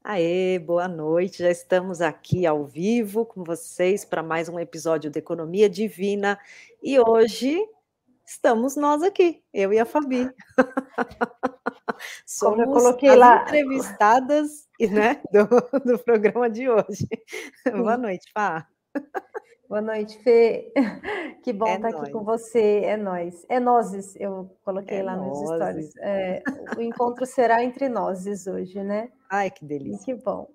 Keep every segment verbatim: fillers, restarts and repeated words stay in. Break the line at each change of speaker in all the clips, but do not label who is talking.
Aê, boa noite. Já estamos aqui ao vivo com vocês para mais um episódio de Economia Divina. E hoje estamos nós aqui, eu e a Fabi.
Como eu
Somos
coloquei
as
lá.
entrevistadas, né, do, do programa de hoje. Boa
Sim.
noite, Fá.
Boa noite, Fê. Que bom
É
estar aqui com
nóis.
você. É nós. É nozes, eu coloquei
É
lá nos
nozes.
stories. É, o encontro será entre nozes hoje, né?
Ai, que
E
delícia.
que bom.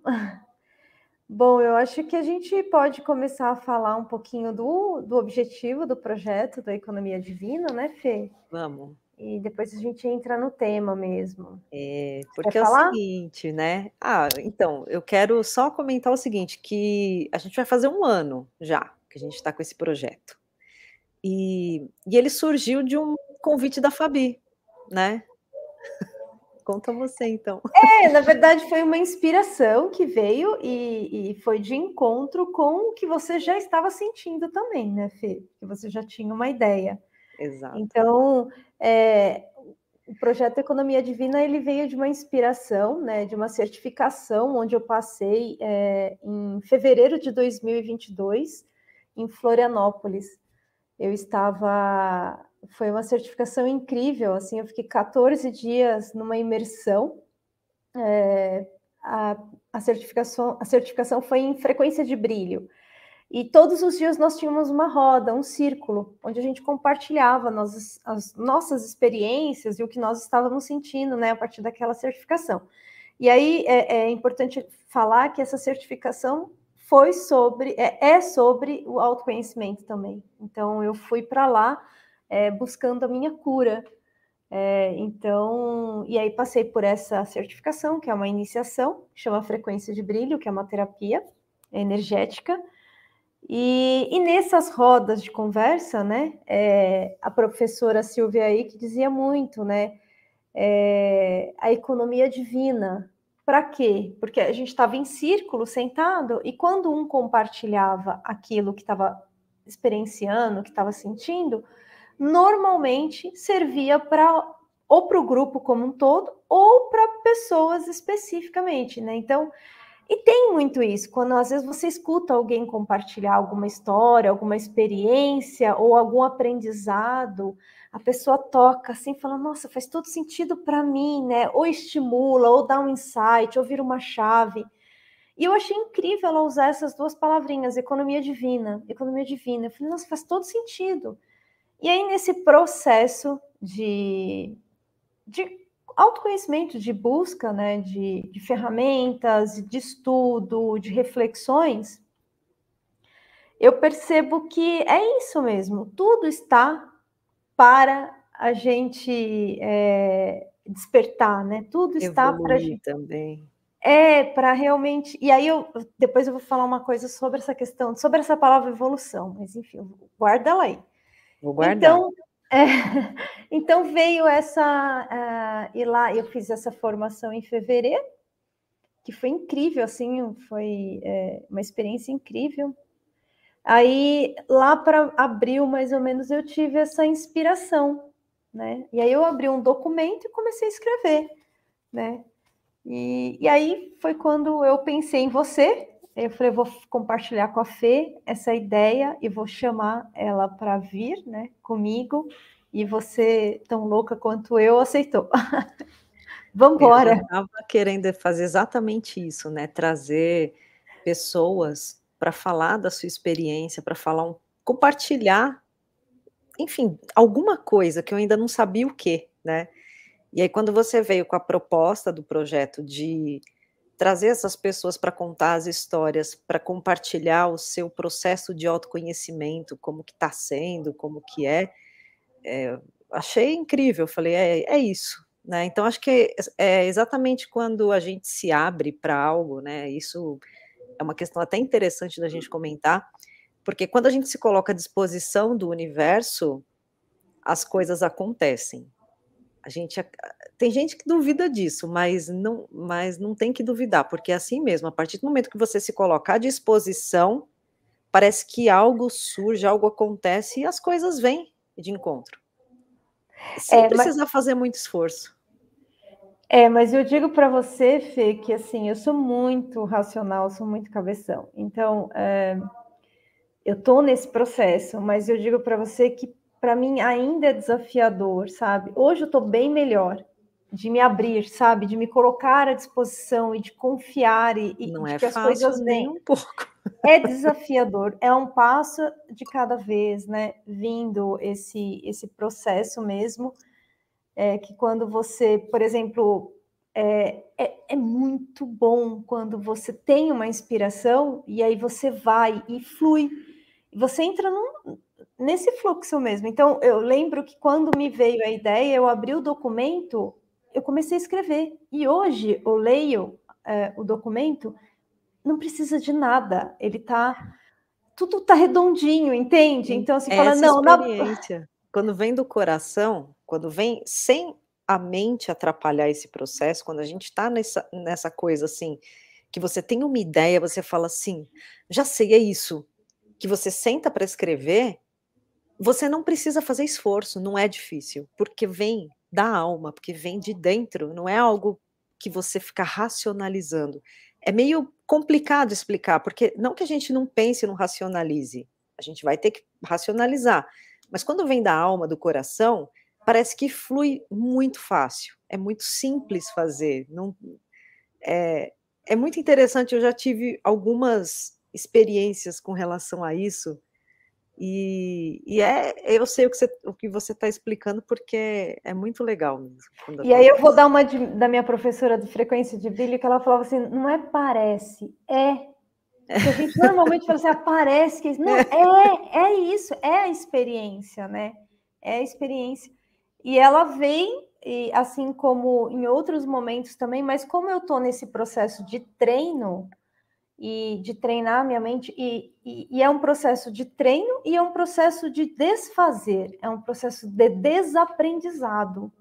Bom, eu acho que a gente pode começar a falar um pouquinho do, do objetivo do projeto da Economia Divina, né, Fê?
Vamos.
E depois a gente entra no tema mesmo.
É,
Você quer
porque é o
falar?
seguinte, né? Ah, então, eu quero só comentar o seguinte, que a gente vai fazer um ano já que a gente está com esse projeto. E, e ele surgiu de um convite da Fabi, né? Conta você, então.
É, na verdade foi uma inspiração que veio e, e foi de encontro com o que você já estava sentindo também, né, Fê? Que você já tinha uma ideia.
Exato.
Então, é, o projeto Economia Divina, ele veio de uma inspiração, né, de uma certificação, onde eu passei é, em fevereiro de dois mil e vinte e dois, em Florianópolis. Eu estava... Foi uma certificação incrível, assim, eu fiquei quatorze dias numa imersão. É, a, a, certificação, a certificação foi em frequência de brilho. E todos os dias nós tínhamos uma roda, um círculo, onde a gente compartilhava nossas, as nossas experiências e o que nós estávamos sentindo, né, a partir daquela certificação. E aí é, é importante falar que essa certificação foi sobre, é, é sobre o autoconhecimento também. Então eu fui para lá é, buscando a minha cura. É, então, e aí passei por essa certificação, que é uma iniciação, chama Frequência de Brilho, que é uma terapia energética. E, e nessas rodas de conversa, né, é, a professora Silvia aí que dizia muito, né, é, a economia divina. Para quê? Porque a gente estava em círculo, sentado, e quando um compartilhava aquilo que estava experienciando, que estava sentindo, normalmente servia para ou para o grupo como um todo ou para pessoas especificamente, né? Então, e tem muito isso, quando às vezes você escuta alguém compartilhar alguma história, alguma experiência ou algum aprendizado, a pessoa toca assim, fala, nossa, faz todo sentido para mim, né? Ou estimula, ou dá um insight, ou vira uma chave. E eu achei incrível ela usar essas duas palavrinhas, economia divina, economia divina. Eu falei, nossa, faz todo sentido. E aí, nesse processo de, de autoconhecimento, de busca, né, de, de ferramentas, de estudo, de reflexões, eu percebo que é isso mesmo, tudo está para a gente é, despertar, né? Tudo está para a
Evoluir
gente.
também.
É, para realmente. E aí, eu depois eu vou falar uma coisa sobre essa questão, sobre essa palavra evolução, mas enfim, guarda ela aí.
Vou guardar.
Então, é, então veio essa, uh, e lá eu fiz essa formação em fevereiro, que foi incrível, assim, foi é, uma experiência incrível. Aí, lá para abril, mais ou menos, eu tive essa inspiração, né? E aí eu abri um documento e comecei a escrever, né? E, e aí foi quando eu pensei em você. Eu falei, vou compartilhar com a Fê essa ideia e vou chamar ela para vir, né, comigo. E você, tão louca quanto eu, aceitou. Vamos
Eu já
embora.
estava querendo fazer exatamente isso, né, trazer pessoas para falar da sua experiência, para falar um compartilhar, enfim, alguma coisa que eu ainda não sabia o quê, né. E aí quando você veio com a proposta do projeto de trazer essas pessoas para contar as histórias, para compartilhar o seu processo de autoconhecimento, como que está sendo, como que é, eh, achei incrível, falei: "É é isso", né. Então acho que é exatamente quando a gente se abre para algo, né, isso é uma questão até interessante da gente comentar, porque quando a gente se coloca à disposição do universo, as coisas acontecem. A gente ac tem gente que duvida disso, mas não mas não tem que duvidar, porque é assim mesmo, a partir do momento que você se coloca à disposição, parece que algo surge, algo acontece e as coisas vêm de encontro. Sem
É, mas,
precisar fazer muito esforço.
É, mas eu digo para você, Fê, que assim, eu sou muito racional, sou muito cabeção. Então, é, eu estou nesse processo, mas eu digo para você que para mim ainda é desafiador, sabe? Hoje eu estou bem melhor de me abrir, sabe? De me colocar à disposição e de confiar e, e
Não
de
é
que as
fácil
coisas
nem
vêm.
um pouco.
É desafiador, é um passo de cada vez, né? Vindo esse, esse processo mesmo. É que quando você, por exemplo, é, é, é muito bom quando você tem uma inspiração e aí você vai e flui. Você entra num, nesse fluxo mesmo. Então, eu lembro que quando me veio a ideia, eu abri o documento, eu comecei a escrever. E hoje eu leio é, o documento, não precisa de nada. Ele tá, tudo tá redondinho, entende?
Hum,
Então, assim,
é
fala,
essa
não, na...
experiência. Quando vem do coração, quando vem sem a mente atrapalhar esse processo, quando a gente está nessa nessa coisa, assim, que você tem uma ideia, você fala assim: "Já sei, é isso", que você senta para escrever, você não precisa fazer esforço, não é difícil, porque vem da alma, porque vem de dentro, não é algo que você fica racionalizando. É meio complicado explicar, porque não que a gente não pense, não racionalize, a gente vai ter que racionalizar, mas quando vem da alma, do coração, parece que flui muito fácil, é muito simples fazer, não é é muito interessante, eu já tive algumas experiências com relação a isso, e e é eu sei o que você o que você está explicando, porque é muito legal mesmo quando
E aí eu vou
acontece.
dar uma de, da minha professora de frequência de brilho, que ela falava assim, não é parece, é. Que a gente normalmente fala assim, ah, parece que... Não,
É.
é, é isso, é a experiência, né? É a experiência. E ela vem, e assim como em outros momentos também, mas como eu estou nesse processo de treino, e de treinar minha mente, e, e, e é um processo de treino e é um processo de desfazer, é um processo de desaprendizado.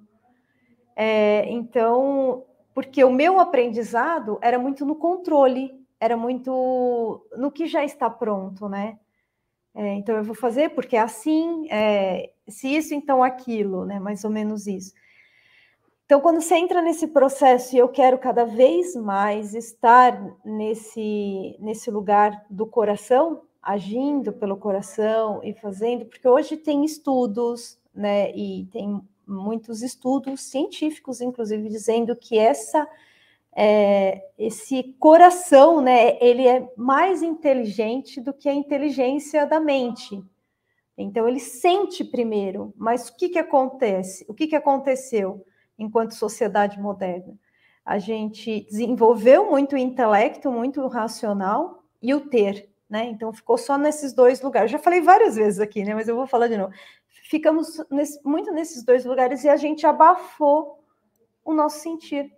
É, então, porque o meu aprendizado era muito no controle, era muito no que já está pronto, né? É, então eu vou fazer porque é assim, é, se isso, então aquilo, né? Mais ou menos isso. Então, quando você entra nesse processo e eu quero cada vez mais estar nesse, nesse lugar do coração, agindo pelo coração e fazendo, porque hoje tem estudos, né? E tem muitos estudos científicos, inclusive, dizendo que essa é, esse coração, né? Ele é mais inteligente do que a inteligência da mente. Então, ele sente primeiro, mas o que, que acontece? O que, que aconteceu enquanto sociedade moderna? A gente desenvolveu muito o intelecto, muito o racional e o ter, né? Então, ficou só nesses dois lugares. Já falei várias vezes aqui, né? Mas eu vou falar de novo. Ficamos nesse, muito nesses dois lugares e a gente abafou o nosso sentir.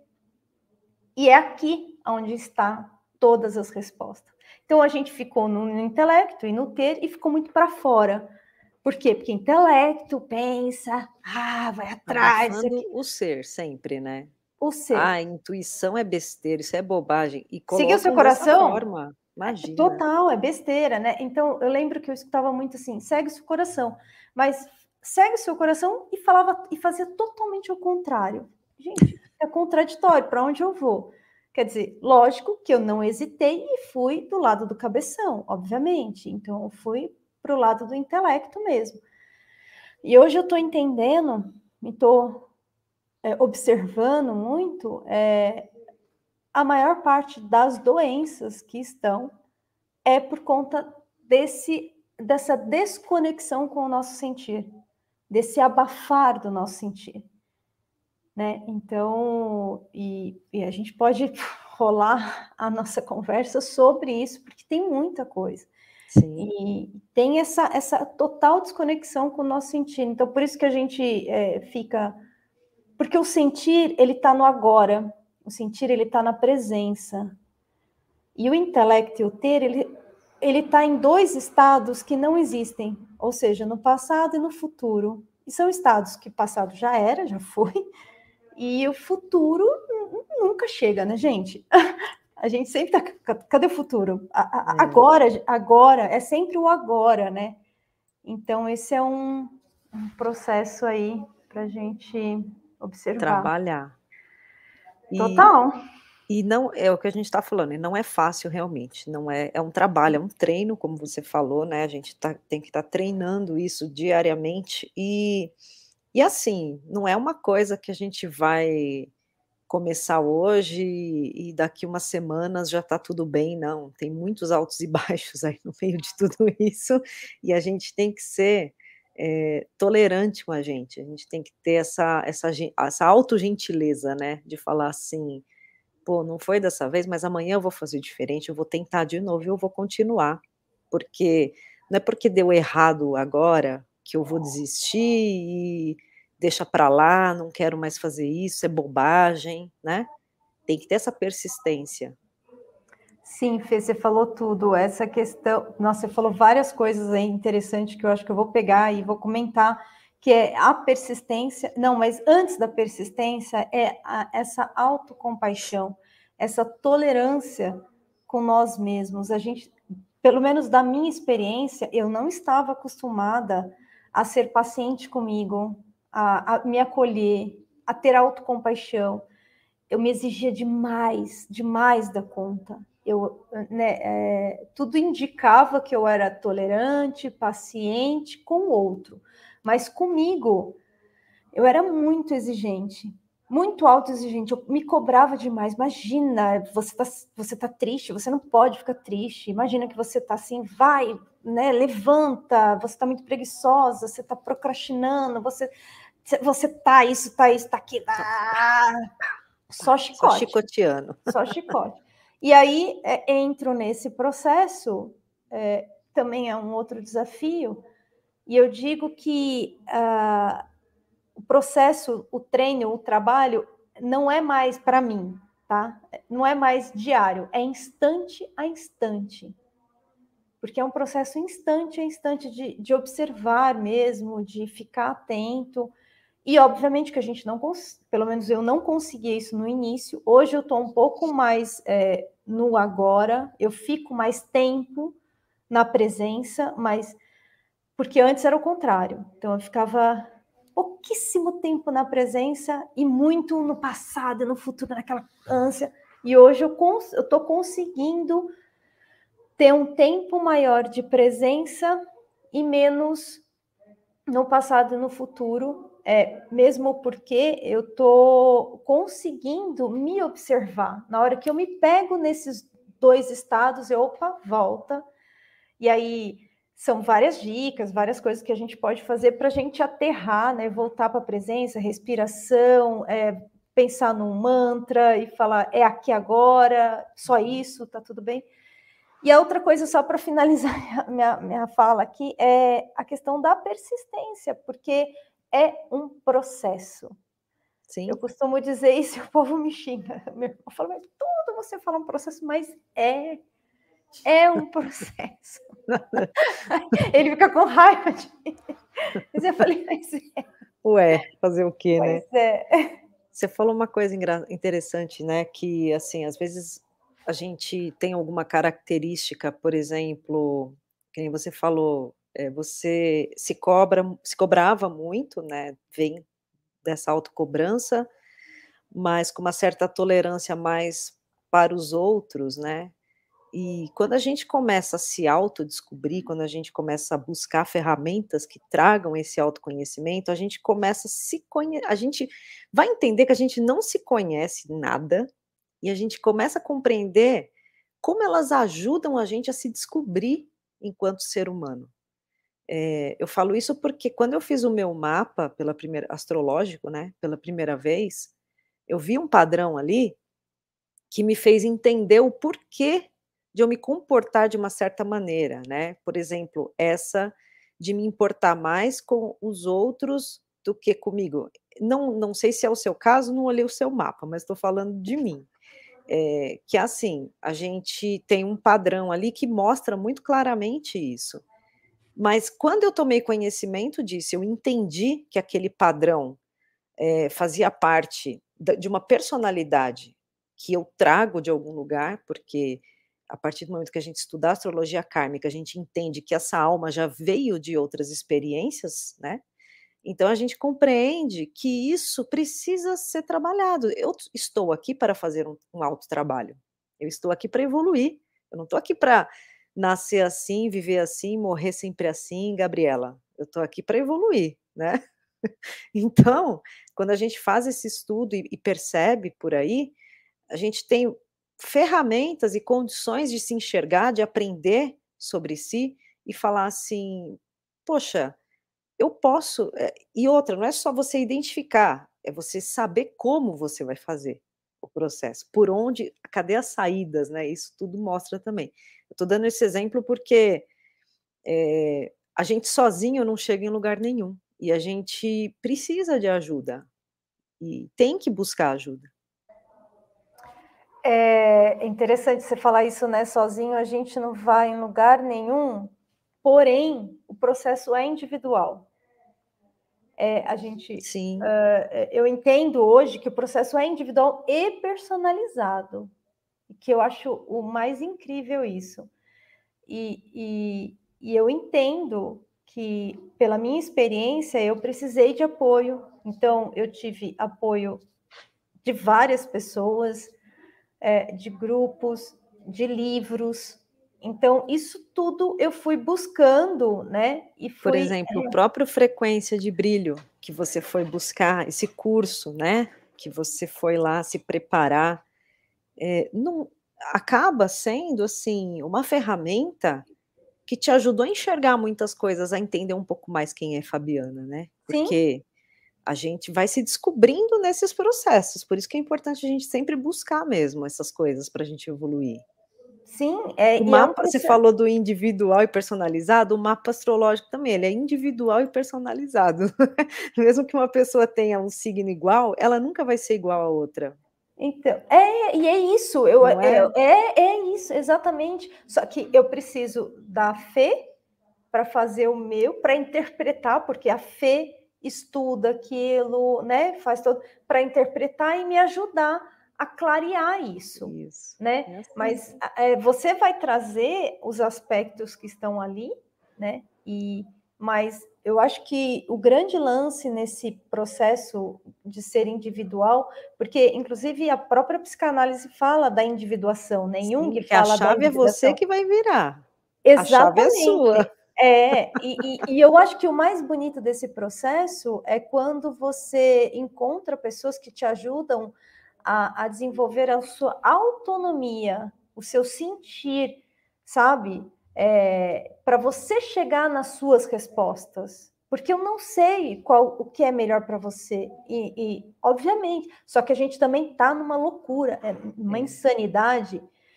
E é aqui onde está todas as respostas. Então, a gente ficou no, no intelecto e no ter e ficou muito para fora. Por quê? Porque intelecto pensa, ah, vai atrás, isso
Abafando
aqui.
o ser sempre, né.
O
"Ah,
ser.
intuição é besteira, isso é bobagem", e
Seguir o seu
colocam dessa
coração,
forma,
é
imagina.
total, é besteira, né? Então, eu lembro que eu escutava muito assim, segue o seu coração. Mas segue o seu coração e falava e fazia totalmente o contrário. Gente, é contraditório, para onde eu vou? Quer dizer, lógico que eu não hesitei e fui do lado do cabeção, obviamente. Então, eu fui para o lado do intelecto mesmo. E hoje eu estou entendendo, me estou é, observando muito, é, a maior parte das doenças que estão é por conta desse, dessa desconexão com o nosso sentir, desse abafar do nosso sentir. Né? Então, e, e a gente pode rolar a nossa conversa sobre isso, porque tem muita coisa.
Sim.
E tem essa, essa total desconexão com o nosso sentir. Então, por isso que a gente é, fica... Porque o sentir, ele está no agora. O sentir, ele está na presença. E o intelecto e o ter, ele ele está em dois estados que não existem. Ou seja, no passado e no futuro. E são estados que o passado já era, já foi. E o futuro nunca chega, né, gente? A gente sempre tá... Cadê o futuro?
É.
Agora, agora, é sempre o agora, né? Então, esse é um, um processo aí para a gente observar.
Trabalhar. E
Total.
e não é o que a gente está falando, e não é fácil realmente, não é é um trabalho, é um treino, como você falou, né, a gente tá tem que estar treinando isso diariamente, e e assim, não é uma coisa que a gente vai começar hoje e daqui umas semanas já está tudo bem, não, tem muitos altos e baixos aí no meio de tudo isso, e a gente tem que ser, eh, tolerante com a gente, a gente tem que ter essa essa gen essa autogentileza, né, de falar assim: "Pô, não foi dessa vez, mas amanhã eu vou fazer diferente, eu vou tentar de novo e eu vou continuar, porque não é porque deu errado agora que eu vou desistir e deixa pra lá, não quero mais fazer isso, é bobagem", né. Tem que ter essa persistência.
Sim, Fê, você falou tudo. Essa questão, nossa, você falou várias coisas aí interessantes que eu acho que eu vou pegar e vou comentar, que é a persistência. Não, mas antes da persistência é a, essa autocompaixão, essa tolerância com nós mesmos. A gente, pelo menos da minha experiência, eu não estava acostumada a ser paciente comigo, a, a me acolher, a ter autocompaixão. Eu me exigia demais, demais da conta. Eu, né, é, tudo indicava que eu era tolerante, paciente com o outro, mas comigo eu era muito exigente, muito autoexigente. Eu me cobrava demais. Imagina, você tá, você tá triste, você não pode ficar triste. Imagina que você tá assim, vai, né, levanta. Você tá muito preguiçosa, você tá procrastinando, você, você tá isso, tá isso, tá aquilo.
Só
Ah, só
só
chicote,
chicoteando.
só chicote. E aí é, entro nesse processo, é, também é um outro desafio, e eu digo que ah, o processo, o treino, o trabalho, não é mais para mim, tá? Não é mais diário, é instante a instante. Porque é um processo instante a instante de, de observar mesmo, de ficar atento. E, obviamente, que a gente não, pelo menos eu não conseguia isso no início. Hoje eu estou um pouco mais é, no agora, eu fico mais tempo na presença, mas porque antes era o contrário. Então eu ficava pouquíssimo tempo na presença e muito no passado, no futuro, naquela ânsia. E hoje eu estou conseguindo ter um tempo maior de presença e menos no passado e no futuro, é, mesmo porque eu estou conseguindo me observar. Na hora que eu me pego nesses dois estados, eu, opa, volta. E aí são várias dicas, várias coisas que a gente pode fazer para a gente aterrar, né? Voltar para a presença, respiração, é, pensar num mantra e falar, é aqui agora, só isso, tá tudo bem. E a outra coisa, só para finalizar minha, minha fala aqui, é a questão da persistência, porque é um processo. Eu
Sim.
costumo dizer isso e o povo me xinga. Meu irmão fala, mas tudo você fala um processo, mas é, é um processo. Ele fica com raiva de mim. Mas eu falei, mas é.
Ué, fazer o quê,
Pois
né?
é.
Você falou uma coisa engra interessante, né, que, assim, às vezes a gente tem alguma característica, por exemplo, que nem você falou, eh, você se cobra se cobrava muito, né, vem dessa autocobrança, mas com uma certa tolerância mais para os outros, né. E quando a gente começa a se autodescobrir, quando a gente começa a buscar ferramentas que tragam esse autoconhecimento, a gente começa a se conhe a gente vai entender que a gente não se conhece nada, e a gente começa a compreender como elas ajudam a gente a se descobrir enquanto ser humano. Eh, eu falo isso porque quando eu fiz o meu mapa pela primeira astrológico, né, pela primeira vez, eu vi um padrão ali que me fez entender o porquê de eu me comportar de uma certa maneira, né. Por exemplo, essa de me importar mais com os outros do que comigo. Não não sei se é o seu caso, não olhei o seu mapa, mas estou falando de mim. Eh, que assim, a gente tem um padrão ali que mostra muito claramente isso. Mas quando eu tomei conhecimento disso, eu entendi que aquele padrão eh, fazia parte da de uma personalidade que eu trago de algum lugar, porque a partir do momento que a gente estuda astrologia kármica, a gente entende que essa alma já veio de outras experiências, né, Então a gente compreende que isso precisa ser trabalhado. Eu estou aqui para fazer um um autotrabalho, eu estou aqui para evoluir, eu não estou aqui para nascer assim, viver assim, morrer sempre assim, Gabriela, eu estou aqui para evoluir, né. Então, quando a gente faz esse estudo e e percebe por aí, a gente tem ferramentas e condições de se enxergar, de aprender sobre si e falar assim: "Poxa, eu posso", eh, e outra, não é só você identificar, é você saber como você vai fazer o processo, por onde, cadê as saídas, né, isso tudo mostra também. Eu estou dando esse exemplo porque, eh, a gente sozinho não chega em lugar nenhum, e a gente precisa de ajuda, e tem que buscar ajuda.
É interessante você falar isso, né, sozinho a gente não vai em lugar nenhum, porém, o processo é individual. É, a gente,
Sim.
hã, eu entendo hoje que o processo é individual e personalizado, que eu acho o mais incrível isso. E e e eu entendo que, pela minha experiência, eu precisei de apoio, então eu tive apoio de várias pessoas, eh, de grupos, de livros, então isso tudo eu fui buscando, né, e
Por
fui
exemplo, o próprio Frequência de Brilho, que você foi buscar, esse curso, né, que você foi lá se preparar, eh, não acaba sendo, assim, uma ferramenta que te ajudou a enxergar muitas coisas, a entender um pouco mais quem é Fabiana, né,
Sim.
porque a gente vai se descobrindo nesses processos, por isso que é importante a gente sempre buscar mesmo essas coisas pra gente evoluir.
Sim,
O
é, e é um
mapa você
processo
falou do individual e personalizado, o mapa astrológico também, ele é individual e personalizado. Mesmo que uma pessoa tenha um signo igual, ela nunca vai ser igual à outra.
Então, é, e é isso, eu
Não
é
é?
é é isso, exatamente. Só que eu preciso da fé para fazer o meu, para interpretar, porque a fé estuda aquilo, né, faz todo para interpretar e me ajudar a clarear isso,
Isso,
né.
é assim.
Mas, eh, você vai trazer os aspectos que estão ali, né, e mas eu acho que o grande lance nesse processo de ser individual, porque inclusive a própria psicanálise fala da individuação, né,
Sim,
Jung
que a
fala da
chave é você
individuação.
que vai virar, a chave é
Exatamente.
sua.
É, e e e eu acho que o mais bonito desse processo é quando você encontra pessoas que te ajudam a a desenvolver a sua autonomia, o seu sentir, sabe, eh, pra você chegar nas suas respostas, porque eu não sei qual o que é melhor pra você, e e obviamente, só que a gente também tá numa loucura, eh, numa
É.
insanidade,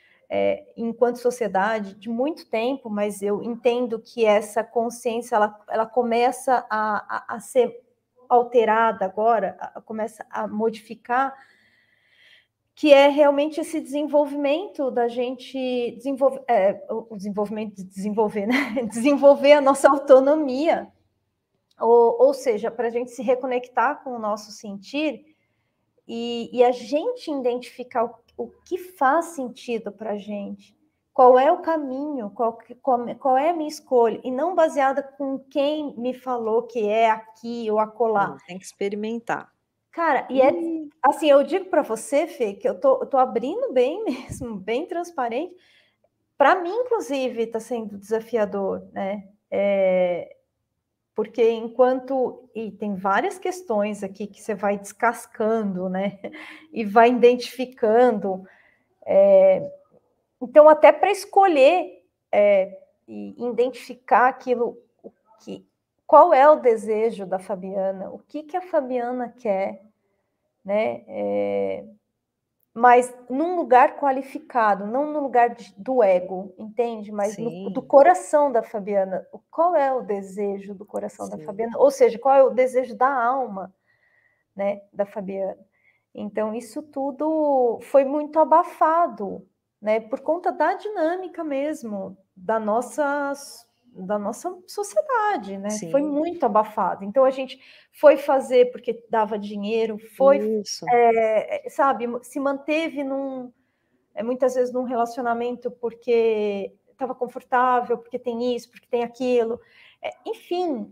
eh, enquanto sociedade de muito tempo, mas eu entendo que essa consciência ela ela começa a a a ser alterada agora, a começa a modificar que é realmente esse desenvolvimento da gente desenvolver eh, o o desenvolvimento de desenvolver, né, desenvolver a nossa autonomia, ou ou seja, pra gente se reconectar com o nosso sentir, e e a gente identificar o o que faz sentido pra gente, qual é o caminho, qual que qual qual é a minha escolha, e não baseada com quem me falou que é aqui ou acolá.
Não, tem que experimentar.
Cara, e é
E
assim, eu digo pra você, Fê, que eu tô eu tô abrindo bem mesmo, bem transparente, pra mim inclusive tá sendo desafiador, né, eh, porque enquanto e tem várias questões aqui que você vai descascando, né, e vai identificando, eh, então até pra escolher, eh, e identificar aquilo, o que qual é o desejo da Fabiana, o que que a Fabiana quer, né, eh, mas num lugar qualificado, não no lugar de do ego, entende? Mas no do
Sim.
coração da Fabiana, o qual é o desejo do coração da
Sim.
Fabiana, ou seja, qual é o desejo da alma, né, da Fabiana. Então isso tudo foi muito abafado, né, por conta da dinâmica mesmo, da nossas da nossa sociedade, né, foi
Sim.
muito abafado. Então a gente foi fazer porque dava dinheiro, foi,
Isso.
eh, sabe, se manteve num eh, muitas vezes num relacionamento porque estava confortável, porque tem isso, porque tem aquilo, eh, enfim,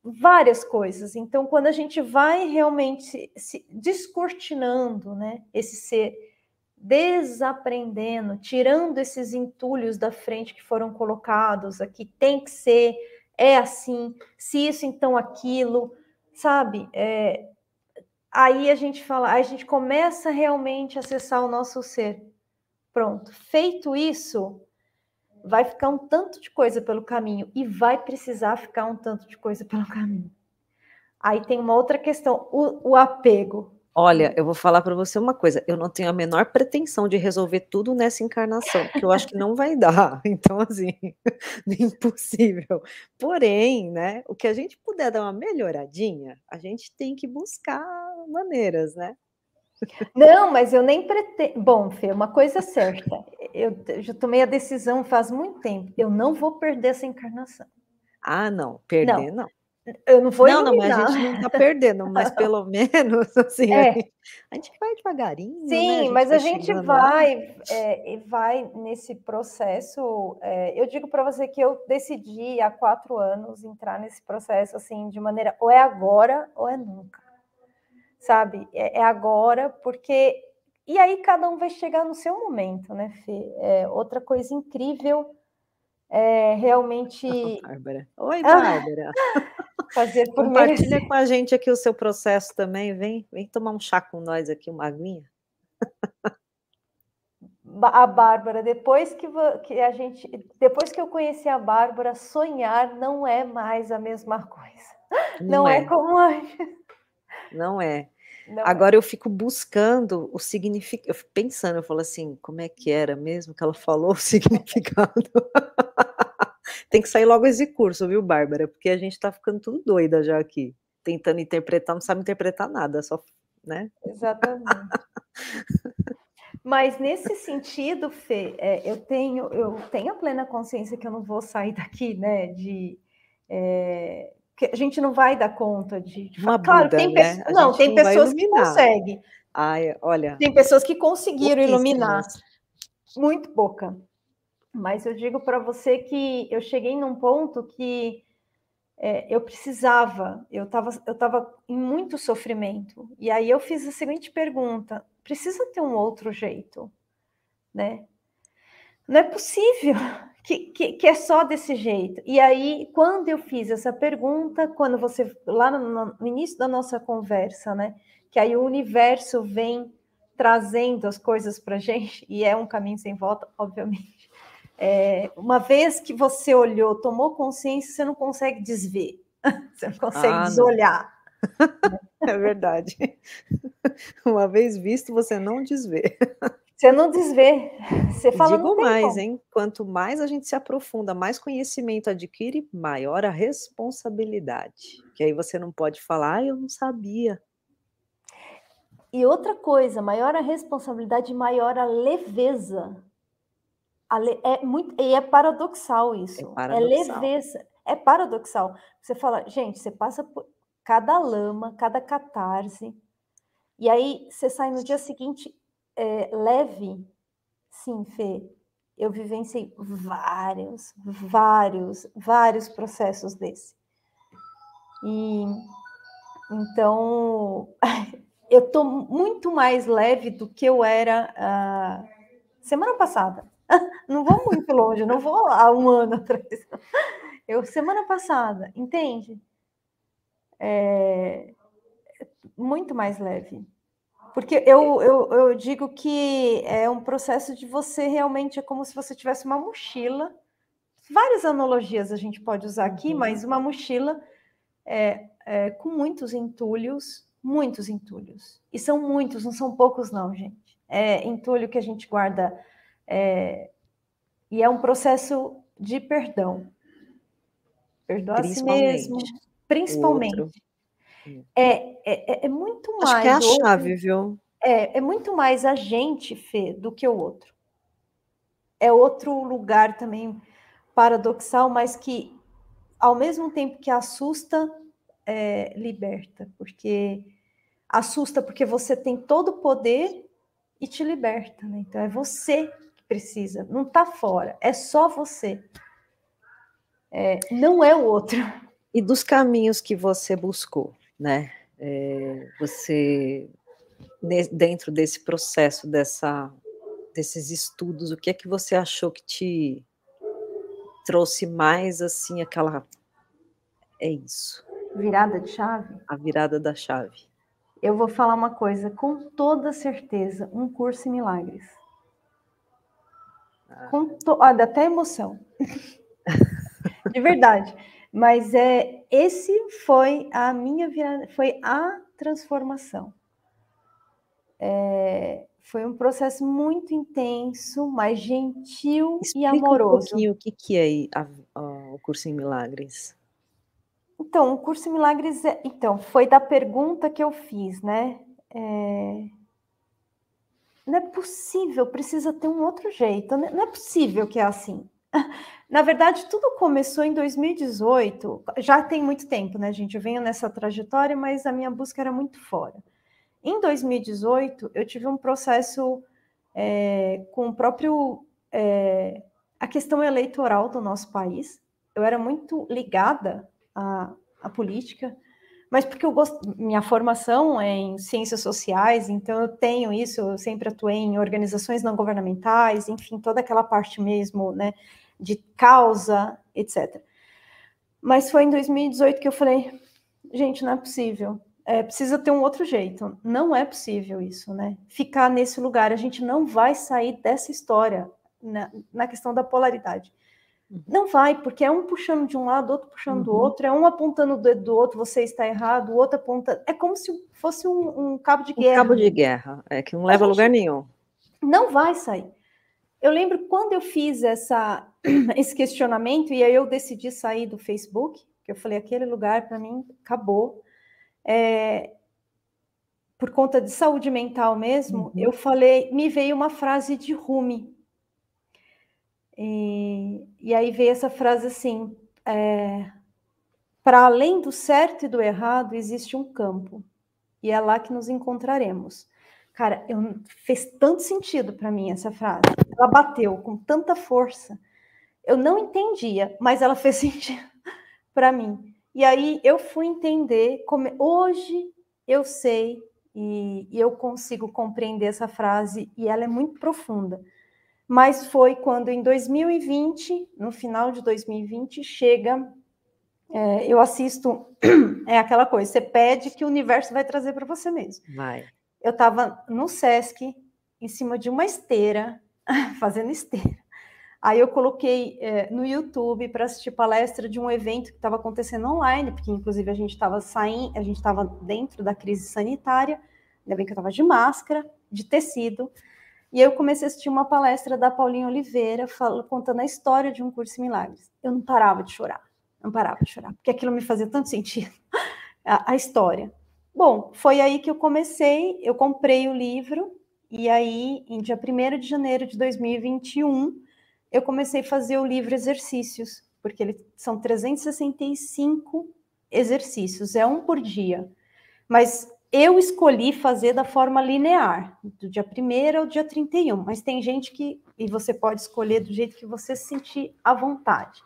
várias coisas. Então, quando a gente vai realmente se, se descortinando, né, esse ser, desaprendendo, tirando esses entulhos da frente que foram colocados aqui, tem que ser, é assim, se isso, então aquilo, sabe? É, aí a gente fala, aí a gente começa realmente a acessar o nosso ser. Pronto, feito isso, vai ficar um tanto de coisa pelo caminho e vai precisar ficar um tanto de coisa pelo caminho. Aí tem uma outra questão, o, o apego.
Olha, eu vou falar para você uma coisa, eu não tenho a menor pretensão de resolver tudo nessa encarnação, porque eu acho que não vai dar, então assim, impossível. Porém, né, o que a gente puder dar uma melhoradinha, a gente tem que buscar maneiras, né.
Não, mas eu nem pretendo. Bom, Fê, uma coisa é certa, eu já tomei a decisão faz muito tempo, eu não vou perder essa encarnação.
Ah, não,
Não,
perder não.
eu não vou
Não, não, mas a
iluminar.
gente não tá perdendo, mas pelo menos, assim, a
É.
gente a gente vai devagarinho, né, a
Sim,
gente
mas a
vai
gente
chegando lá.
vai, é, e vai nesse processo. É, eu digo para você que eu decidi há quatro anos entrar nesse processo assim de maneira ou é agora ou é nunca, sabe? É, é agora porque e aí cada um vai chegar no seu momento, né, Fê? É, outra coisa incrível é realmente
Bárbara. Oi, Bárbara.
fazer por
Compartilha
merecer.
com a gente aqui o seu processo também, vem vem tomar um chá com nós aqui, uma aguinha.
A Bárbara, depois que, que a gente, depois que eu conheci a Bárbara, sonhar não é mais a mesma coisa.
Não
Não é
é,
como antes.
não é.
Não é.
Agora eu fico buscando o significado, eu fico pensando, eu falo assim: "Como é que era mesmo que ela falou o significado?". Tem que sair logo esse curso, viu, Bárbara, porque a gente tá ficando tudo doida já aqui, tentando interpretar, não sabe interpretar nada, só, né.
Exatamente. Mas nesse sentido, Fê, é, eu tenho eu tenho a plena consciência que eu não vou sair daqui, né, de é, que a gente não vai dar conta de, de
Uma
claro,
Buda,
tem
né,
pessoas,
a
não,
gente
tem
não vai
pessoas que
iluminar.
conseguem,
Ai, olha,
tem pessoas que conseguiram iluminar,
pouquíssimas.
muito pouca. Mas eu digo para você que eu cheguei num ponto que é, eu precisava, eu estava eu tava em muito sofrimento. E aí eu fiz a seguinte pergunta: precisa ter um outro jeito, né? Não é possível que, que, que é só desse jeito. E aí, quando eu fiz essa pergunta, quando você, lá no, no início da nossa conversa, né? Que aí o universo vem trazendo as coisas para gente, e é um caminho sem volta, obviamente. É, uma vez que você olhou, tomou consciência, você não consegue desver, você não consegue
Ah, não.
desolhar.
É verdade. Uma vez visto, você não desvê.
Você não desvê, você
E
fala, não
digo
tem
mais,
como.
hein, quanto mais a gente se aprofunda, mais conhecimento adquire, maior a responsabilidade, que aí você não pode falar: "Ai, eu não sabia".
E outra coisa, maior a responsabilidade, maior a leveza. A le é muito e é paradoxal
É
isso, é
paradoxal.
leveza, é paradoxal. Você fala: "Gente, você passa por cada lama, cada catarse, e aí você sai no dia seguinte, eh, leve". Sim, Fê, eu vivenciei vários, vários, vários processos desse. E, então, eu tô muito mais leve do que eu era, ah, semana passada. Não vou muito longe, não vou há um ano atrás. Eu semana passada, entende? É, muito mais leve. Porque eu, eu, eu digo que é um processo de você realmente, é como se você tivesse uma mochila. Várias analogias a gente pode usar aqui,
Uhum.
mas uma mochila é, é, com muitos entulhos, muitos entulhos. E são muitos, não são poucos, não, gente. É entulho que a gente guarda. É, e é um processo de perdão. Perdoar a si mesmo,
Principalmente. O outro.
principalmente.
Hum.
É, é, é muito
Acho que é
mais
a
hoje,
chave, viu.
é, é muito mais a gente, Fê, do que o outro. É outro lugar também paradoxal, mas que, ao mesmo tempo que assusta, é, liberta. Porque assusta porque você tem todo o poder e te liberta, né? Então é você que precisa, não está fora, é só você. É, não é o outro.
E dos caminhos que você buscou, né, eh, você ne dentro desse processo, dessa desses estudos, o que é que você achou que te trouxe mais, assim, aquela é isso,
Virada de chave?
a virada da chave?
Eu vou falar uma coisa com toda certeza, um curso em milagres.
Ah.
Com to ah, dá até emoção. De verdade. Mas, é, esse foi a minha virada, foi a transformação. Eh, foi um processo muito intenso, mas gentil e
Explica um
amoroso.
pouquinho o que que é i a a o curso em milagres.
Então, o curso em milagres é então, foi da pergunta que eu fiz, né, eh "Não é possível, precisa ter um outro jeito, não é não é possível que é assim". Na verdade, tudo começou em dois mil e dezoito, já tem muito tempo, né, gente, eu venho nessa trajetória, mas a minha busca era muito fora. Em dois mil e dezoito, eu tive um processo, eh, com o próprio, eh, a questão eleitoral do nosso país. Eu era muito ligada à à política, mas porque eu gos minha formação é em ciências sociais, então eu tenho isso, eu sempre atuei em organizações não governamentais, enfim, toda aquela parte mesmo, né, de causa, etcétera. Mas foi em dois mil e dezoito que eu falei: "Gente, não é possível, eh, precisa ter um outro jeito, não é possível isso, né, ficar nesse lugar, a gente não vai sair dessa história", na na questão da polaridade.
Uhum.
Não vai, porque é um puxando de um lado, outro puxando do
Uhum.
outro, é um apontando o dedo do outro, você está errado, o outro aponta é como se fosse um um cabo de
Um
guerra
cabo de
mesmo.
guerra, é, que não
A
leva a lugar
gente
nenhum.
não vai sair. Eu lembro quando eu fiz essa esse questionamento, e aí eu decidi sair do Facebook, que eu falei: "Aquele lugar para mim acabou", eh por conta de saúde mental mesmo, eu
Uhum.
falei me veio uma frase de Rumi. E e aí veio essa frase assim, eh: "Para além do certo e do errado, existe um campo, e é lá que nos encontraremos". Cara, eu fez tanto sentido para mim essa frase, ela bateu com tanta força, eu não entendia, mas ela fez sentido para mim. E aí eu fui entender como hoje eu sei e e eu consigo compreender essa frase, e ela é muito profunda. Mas foi quando em dois mil e vinte, no final de dois mil e vinte, chega, eh, eu assisto é aquela coisa, você pede que o universo vai trazer para você mesmo.
Vai.
Eu estava no Sesc, em cima de uma esteira, fazendo esteira. Aí eu coloquei, eh, no YouTube para assistir palestra de um evento que estava acontecendo online, porque inclusive a gente estava sain a gente estava dentro da crise sanitária, ainda bem que eu estava de máscara, de tecido, e aí eu comecei a assistir uma palestra da Paulinha Oliveira, fala contando a história de um curso em milagres. Eu não parava de chorar, não parava de chorar, porque aquilo me fazia tanto sentido, a a história. Bom, foi aí que eu comecei, eu comprei o livro, e aí em dia primeiro de janeiro de dois mil e vinte e um, eu comecei a fazer o livro exercícios, porque ele são trezentos e sessenta e cinco exercícios, é um por dia. Mas eu escolhi fazer da forma linear, do dia primeiro ao dia trinta e um, mas tem gente que e você pode escolher do jeito que você se sentir à vontade.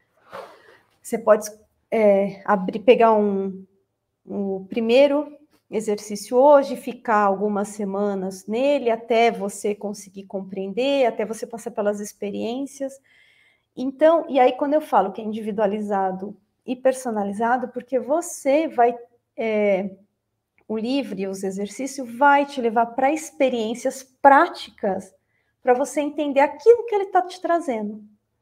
Você pode, eh, abrir pegar um o primeiro exercício hoje, ficar algumas semanas nele, até você conseguir compreender, até você passar pelas experiências. Então e aí quando eu falo que é individualizado e personalizado, porque você vai, eh, o livro e os exercícios vai te levar para experiências práticas, para você entender aquilo que ele está te trazendo.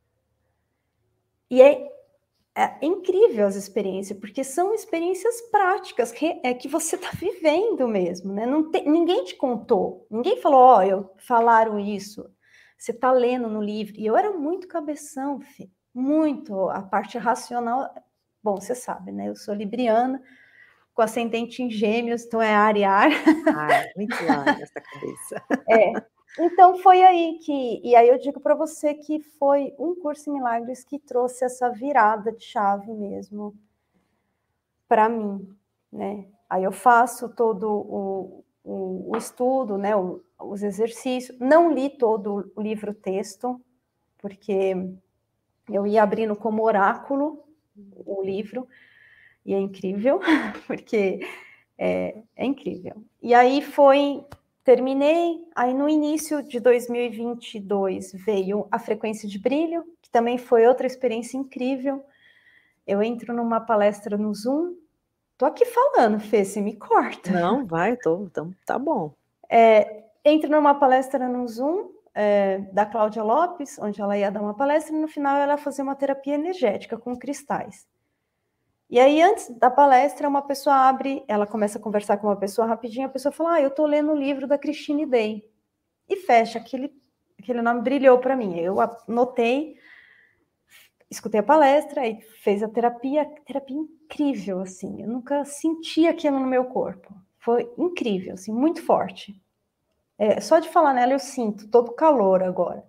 E é é incrível as experiências, porque são experiências práticas, que é que você está vivendo mesmo, né, não tem ninguém te contou, ninguém falou: "Ó, eu falaram isso", você está lendo no livro, e eu era muito cabeção, Fê, muito, a parte racional bom, você sabe, né, eu sou libriana, com ascendente em gêmeos, então é ar e ar.
Ai, muito ar nessa cabeça.
É, então foi aí que e aí eu digo para você que foi um curso em milagres que trouxe essa virada de chave mesmo para mim, né. Aí eu faço todo o o o estudo, né, o os exercícios, não li todo o livro texto, porque eu ia abrindo como oráculo o livro, E é incrível, porque é, é incrível. E aí foi, terminei, aí no início de dois mil e vinte e dois veio a frequência de brilho, que também foi outra experiência incrível. Eu entro numa palestra no Zoom, tô aqui falando, Fê, você me corta.
Não, vai, tô, então tá bom.
É, entro numa palestra no Zoom, é, da Cláudia Lopes, onde ela ia dar uma palestra, e no final ela ia fazer uma terapia energética com cristais. E aí, antes da palestra, uma pessoa abre, ela começa a conversar com uma pessoa rapidinho, a pessoa fala, ah, eu tô lendo o livro da Christine Day. E fecha, aquele, aquele nome brilhou para mim. Eu anotei, escutei a palestra, e fez a terapia, terapia incrível, assim. Eu nunca senti aquilo no meu corpo. Foi incrível, assim, muito forte. É, só de falar nela eu sinto todo o calor agora.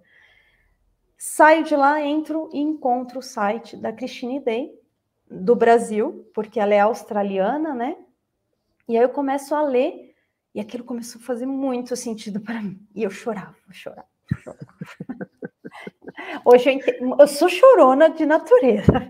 Saio de lá, entro e encontro o site da Christine Day, do Brasil, porque ela é australiana, né? E aí eu começo a ler, e aquilo começou a fazer muito sentido para mim. E eu chorava, chorava, chorava. Hoje eu, entendo, eu sou chorona de natureza,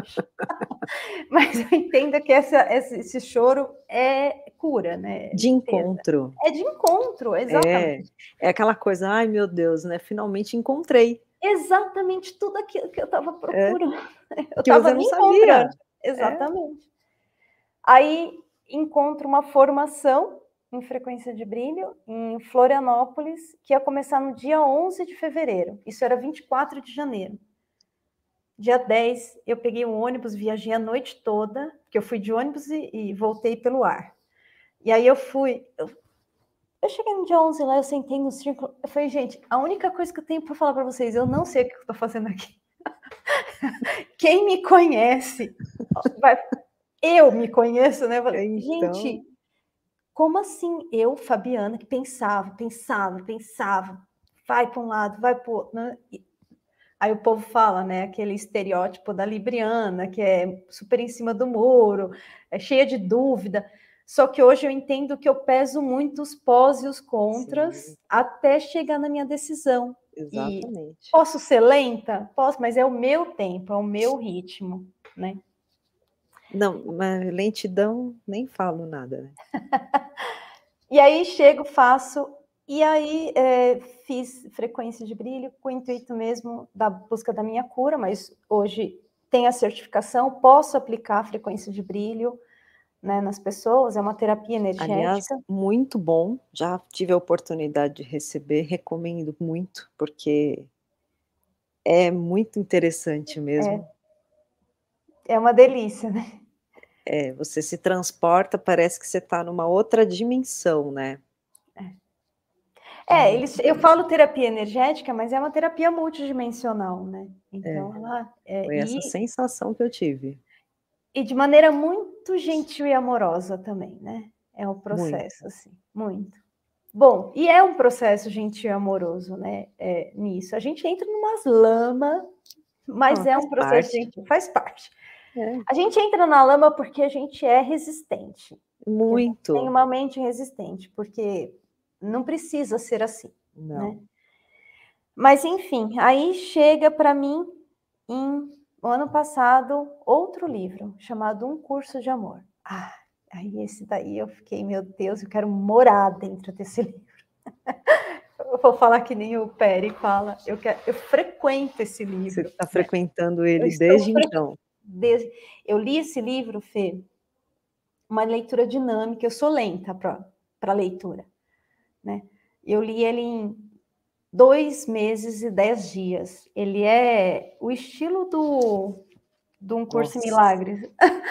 mas eu entendo que essa, esse choro é cura, né?
De encontro.
É de encontro, exatamente.
É, é aquela coisa, ai meu Deus, né? Finalmente encontrei.
Exatamente tudo aquilo que eu estava procurando. É, eu
que
estava
você
me
não sabia.
encontrando. Exatamente. É. Aí encontro uma formação em frequência de brilho em Florianópolis, que ia começar no dia onze de fevereiro. Isso era vinte e quatro de janeiro. Dia dez, eu peguei um ônibus, viajei a noite toda, porque eu fui de ônibus e, e voltei pelo ar. E aí eu fui... Eu, eu cheguei no dia onze lá, eu sentei no círculo, eu falei, gente, a única coisa que eu tenho para falar para vocês, eu não sei o que eu estou fazendo aqui. Quem me conhece, vai... eu me conheço, né? Falei,
então...
gente, como assim? Eu, Fabiana, que pensava, pensava, pensava, vai para um lado, vai para o outro. Né? Aí o povo fala, né? Aquele estereótipo da libriana, que é super em cima do muro, é cheia de dúvida. Só que hoje eu entendo que eu peso muito os pós e os contras Sim. até chegar na minha decisão.
Exatamente.
E posso ser lenta? Posso, mas é o meu tempo, é o meu ritmo, né?
Não, mas lentidão, nem falo nada, né?
E aí chego, faço, e aí é, fiz frequência de brilho com o intuito mesmo da busca da minha cura, mas hoje tem a certificação, posso aplicar a frequência de brilho, né, nas pessoas, é uma terapia energética.
Aliás, muito bom, já tive a oportunidade de receber, recomendo muito, porque é muito interessante mesmo.
É, é uma delícia, né?
É, você se transporta, parece que você está numa outra dimensão, né?
É, é eles, eu falo terapia energética, mas é uma terapia multidimensional, né? Então,
é,
ela... É,
foi essa
e,
sensação que eu tive.
E de maneira muito gentil e amorosa também, né? É um processo,
muito.
assim, muito. Bom, e é um processo gentil e amoroso, né? É, nisso. A gente entra numas lama, mas ah, é um processo parte. gentil, faz parte. É. A gente entra na lama porque a gente é resistente.
Muito.
Tem uma mente resistente, porque não precisa ser assim,
não.
né? Mas, enfim, aí chega para mim, em, no ano passado, outro livro, chamado Um Curso de Amor. Ah, aí esse daí eu fiquei, meu Deus, eu quero morar dentro desse livro. Eu vou falar que nem o Peri fala, eu, quero, eu frequento esse livro.
Você está frequentando ele
eu
desde fre... então?
Desde, eu li esse livro, Fê, uma leitura dinâmica, eu sou lenta para leitura, né? Eu li ele em dois meses e dez dias. Ele é o estilo do, de um curso Nossa. em milagres.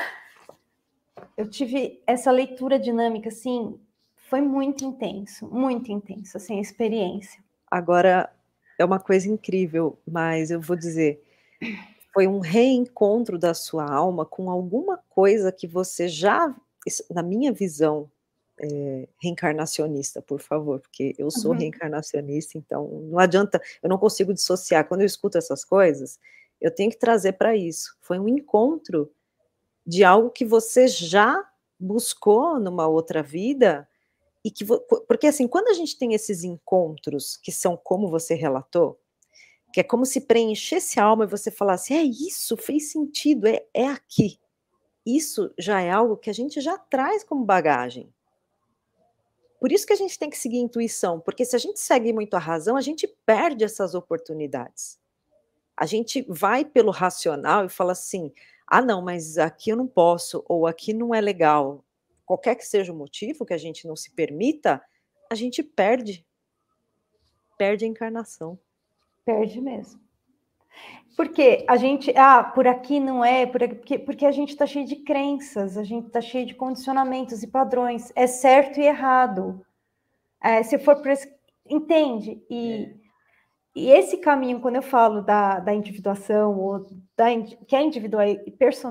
Eu tive essa leitura dinâmica, assim, foi muito intenso, muito intenso, assim, a experiência.
Agora, é uma coisa incrível, mas eu vou dizer, foi um reencontro da sua alma com alguma coisa que você já, na minha visão, é, reencarnacionista, por favor, porque eu sou uhum. reencarnacionista, então não adianta, eu não consigo dissociar, quando eu escuto essas coisas, eu tenho que trazer para isso, foi um encontro de algo que você já buscou numa outra vida, e que, porque assim, quando a gente tem esses encontros, que são como você relatou, que é como se preenchesse a alma e você falasse, é isso, fez sentido, é, é aqui, isso já é algo que a gente já traz como bagagem. Por isso que a gente tem que seguir a intuição, porque se a gente segue muito a razão, a gente perde essas oportunidades. A gente vai pelo racional e fala assim: "Ah não, mas aqui eu não posso", ou "Aqui não é legal". Qualquer que seja o motivo que a gente não se permita, a gente perde. Perde a encarnação.
Perde mesmo. Porque a gente, ah, por aqui não é, por aqui, porque, porque a gente está cheio de crenças, a gente está cheio de condicionamentos e padrões, é certo e errado. É, se for por esse, entende? E, é. e esse caminho, quando eu falo da, da individuação, ou da, que é individual e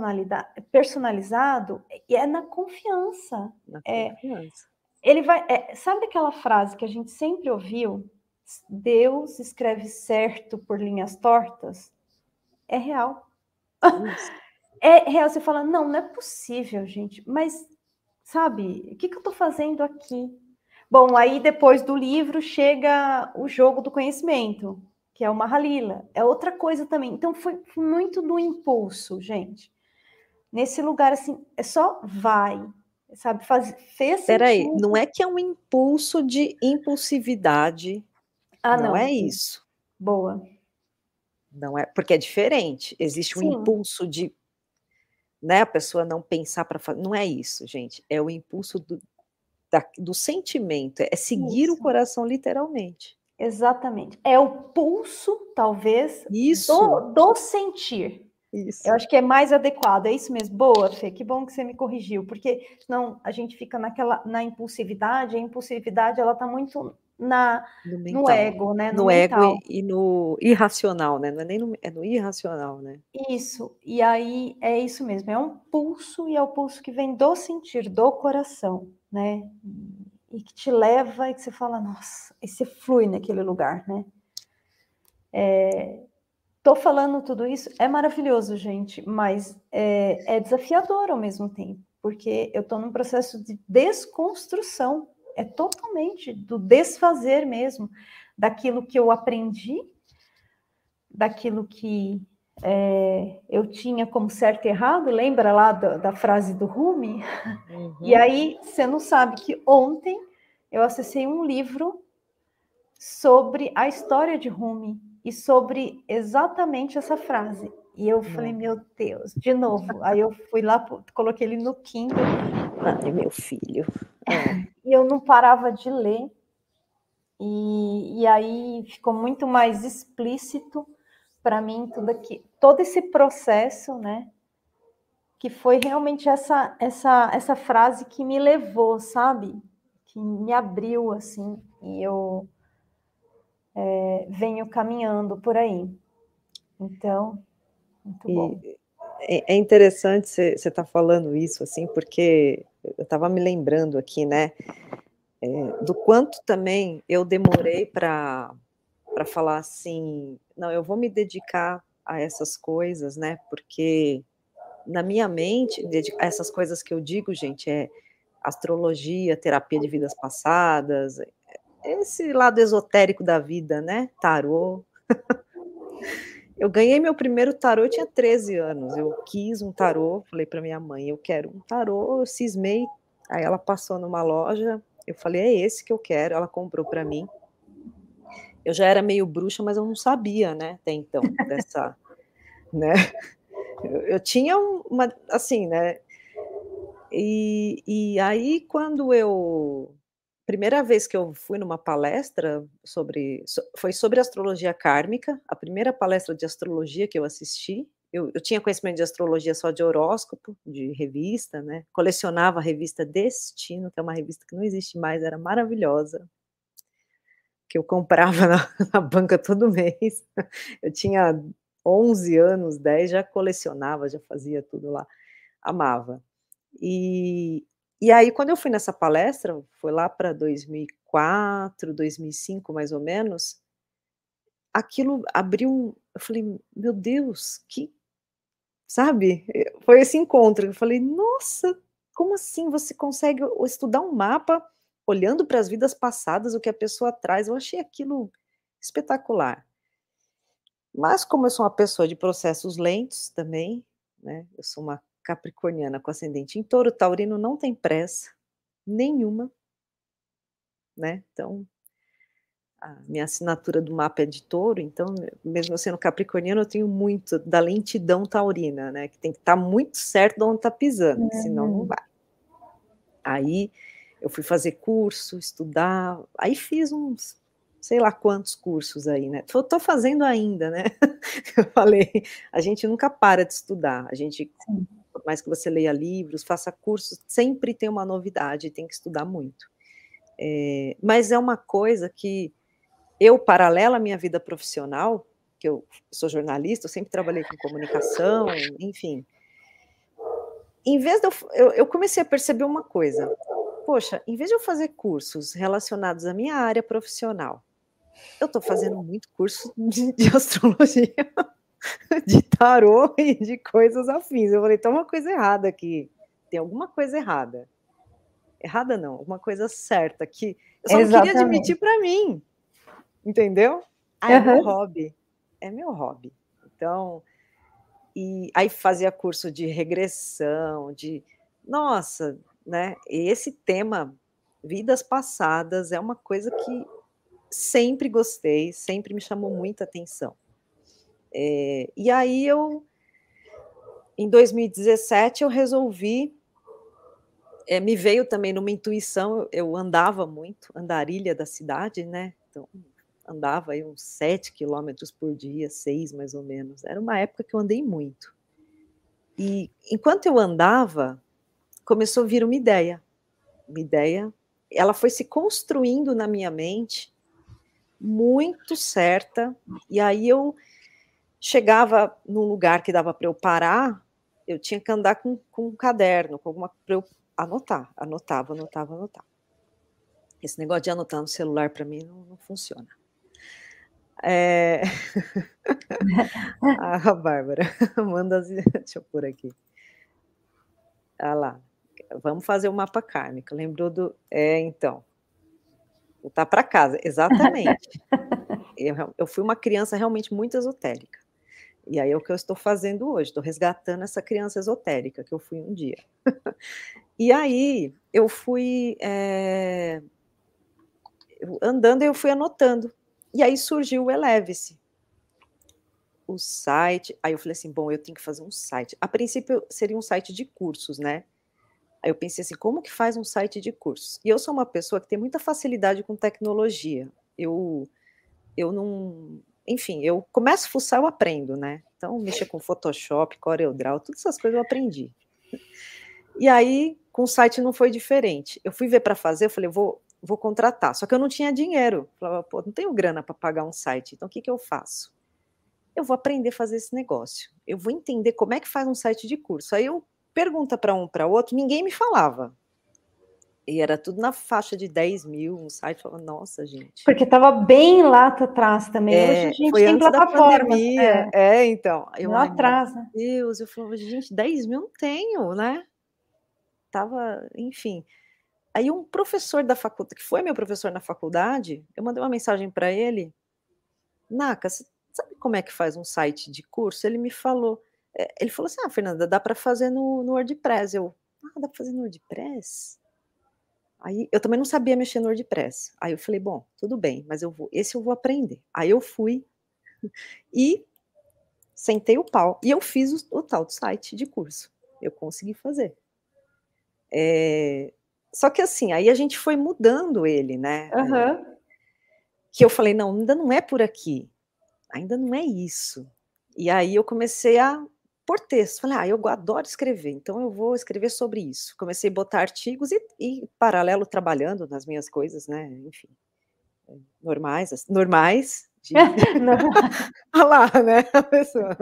personalizado, é na confiança.
Na
é,
confiança.
Ele vai, é, sabe aquela frase que a gente sempre ouviu? Deus escreve certo por linhas tortas? É real. Isso. É real, você fala, não, não é possível, gente, mas, sabe, o que, que eu estou fazendo aqui? Bom, aí depois do livro chega o jogo do conhecimento, que é o Mahalila, é outra coisa também. Então foi muito do impulso, gente. Nesse lugar, assim, é só vai, sabe, faz, fez sentido.
Peraí, não é que é um impulso de impulsividade,
ah,
não,
não
é isso.
Boa.
Não é, porque é diferente, existe um Sim. impulso de, né, a pessoa não pensar para fazer, não é isso, gente, é o impulso do, da, do sentimento, é seguir isso. O coração literalmente.
Exatamente, é o pulso, talvez,
isso.
Do, do sentir.
Isso.
Eu acho que é mais adequado, é isso mesmo. Boa, Fê, que bom que você me corrigiu, porque senão a gente fica naquela, na impulsividade, a impulsividade, ela tá muito na,
no,
no ego, né?
No, no ego e, e no irracional, né? Não é nem no, é no irracional, né?
Isso, e aí é isso mesmo, é um pulso, e é o pulso que vem do sentir, do coração, né? E que te leva, e que você fala, nossa, e você flui naquele lugar, né? É... Tô falando tudo isso, é maravilhoso, gente, mas é, é desafiador ao mesmo tempo, porque eu tô num processo de desconstrução, é totalmente do desfazer mesmo, daquilo que eu aprendi, daquilo que é, eu tinha como certo e errado, lembra lá da, da frase do Rumi? Uhum. E aí, você não sabe que ontem eu acessei um livro sobre a história de Rumi, e sobre exatamente essa frase. E eu falei, meu Deus, de novo. Aí eu fui lá, coloquei ele no Kindle.
Ai, meu filho.
É. E eu não parava de ler. E, e aí ficou muito mais explícito para mim tudo aqui, todo esse processo, né? Que foi realmente essa, essa, essa frase que me levou, sabe? Que me abriu, assim. E eu... É, venho caminhando por aí. Então, muito bom.
E é interessante você estar tá falando isso, assim, porque eu estava me lembrando aqui, né, é, do quanto também eu demorei para para falar assim, não, eu vou me dedicar a essas coisas, né, porque na minha mente, essas coisas que eu digo, gente, é astrologia, terapia de vidas passadas, esse lado esotérico da vida, né? Tarô. Eu ganhei meu primeiro tarô, eu tinha treze anos. Eu quis um tarô, falei para minha mãe, eu quero um tarô, eu cismei. Aí ela passou numa loja, eu falei, é esse que eu quero. Ela comprou para mim. Eu já era meio bruxa, mas eu não sabia, né? Até então, dessa, né? Eu, eu tinha uma, assim, né? E, e aí, quando eu... Primeira vez que eu fui numa palestra sobre... Foi sobre astrologia kármica, a primeira palestra de astrologia que eu assisti. Eu, eu tinha conhecimento de astrologia só de horóscopo, de revista, né? Colecionava a revista Destino, que é uma revista que não existe mais, era maravilhosa. Que eu comprava na, na banca todo mês. Eu tinha onze anos, dez, já colecionava, já fazia tudo lá. Amava. E, e aí, quando eu fui nessa palestra, foi lá para dois mil e quatro, dois mil e cinco, mais ou menos, aquilo abriu, eu falei, meu Deus, que, sabe, foi esse encontro, eu falei, nossa, como assim você consegue estudar um mapa olhando para as vidas passadas, o que a pessoa traz, eu achei aquilo espetacular. Mas como eu sou uma pessoa de processos lentos também, né, eu sou uma capricorniana com ascendente em touro, taurino não tem pressa nenhuma. Né, então, a minha assinatura do mapa é de touro, então, mesmo eu sendo capricorniana, eu tenho muito da lentidão taurina, né, que tem que estar muito certo de onde está pisando, senão não
Uhum.
vai. Aí, eu fui fazer curso, estudar, aí fiz uns, sei lá quantos cursos aí, né, tô tô fazendo ainda, né, eu falei, a gente nunca para de estudar, a gente,
Sim.
por mais que você leia livros, faça cursos, sempre tem uma novidade, tem que estudar muito. Eh, mas é uma coisa que eu, paralela à minha vida profissional, que eu sou jornalista, eu sempre trabalhei com comunicação, enfim. Em vez de eu f eu eu comecei a perceber uma coisa, poxa, em vez de eu fazer cursos relacionados à minha área profissional, eu estou fazendo muito curso de de astrologia, de tarô e de coisas afins, eu falei: "Tem uma coisa errada aqui, tem alguma coisa errada". Errada não, alguma coisa certa que eu só não queria
Exatamente.
admitir para mim, entendeu? Ah, é meu
Aham.
hobby, é meu hobby. Então, e aí fazia curso de regressão, de nossa, né, esse tema, vidas passadas, é uma coisa que sempre gostei, sempre me chamou muita atenção. Eh, e aí eu em dois mil e dezessete eu resolvi eh, me veio também numa intuição, eu andava muito, andarilha da cidade, né, então, andava aí uns sete quilômetros por dia, seis mais ou menos, era uma época que eu andei muito. E, enquanto eu andava, começou a vir uma ideia, uma ideia, ela foi se construindo na minha mente, muito certa, e aí eu chegava num lugar que dava para eu parar, eu tinha que andar com com um caderno, com alguma para eu anotar, anotava, anotava, anotava. Esse negócio de anotar no celular para mim não não funciona. Eh, a Bárbara, manda as deixa eu pôr aqui. Ah lá, vamos fazer o mapa kármico, lembrou do é, então. Voltar para casa, exatamente. Eu real eu fui uma criança realmente muito esotérica. E aí é o que eu estou fazendo hoje, estou resgatando essa criança esotérica que eu fui um dia. E aí, eu fui, eh eu andando eu fui anotando, e aí surgiu o Eleve-se. O site, aí eu falei assim: "Bom, eu tenho que fazer um site", a princípio seria um site de cursos, né. Aí eu pensei assim: "Como que faz um site de cursos?". E eu sou uma pessoa que tem muita facilidade com tecnologia, eu eu não enfim, eu começo a fuçar, eu aprendo, né. Então mexer com Photoshop, CorelDRAW, todas essas coisas eu aprendi. E aí, com o site não foi diferente, eu fui ver para fazer, eu falei: "Vou vou contratar", só que eu não tinha dinheiro, falava: "Pô, não tenho grana para pagar um site, então o que que eu faço? Eu vou aprender a fazer esse negócio, eu vou entender como é que faz um site de curso", aí eu pergunta para um, para outro, ninguém me falava. E era tudo na faixa de dez mil, um site, eu falava: "Nossa gente".
Porque estava bem lá atrás também, hoje a
É,
gente
foi
tem
antes da
plataformas,
pandemia.
é.
É, então, eu:
Lá
"Ai meu
atrás, né.
Deus", eu falava: "Gente, dez mil não tenho, né". Estava, enfim. Aí um professor da facu que foi meu professor na faculdade, eu mandei uma mensagem para ele: "Naka, você sabe como é que faz um site de curso?", ele me falou, eh, ele falou assim: "Ah, Fernanda, dá para fazer no no WordPress", eu: "Ah, dá para fazer no WordPress?". Aí, eu também não sabia mexer no WordPress, aí eu falei: "Bom, tudo bem, mas eu vou esse eu vou aprender". Aí eu fui e sentei o pau, e eu fiz o o tal do site de curso, eu consegui fazer. Eh, só que assim, aí a gente foi mudando ele, né, eh
Aham.
que eu falei: "Não, ainda não é por aqui, ainda não é isso". E aí eu comecei a pôr texto, falei: "Ah, eu go adoro escrever, então eu vou escrever sobre isso". Comecei botar artigos e e paralelo trabalhando nas minhas coisas, né, enfim, eh, normais, as normais de
Normal.
olha lá, né, a pessoa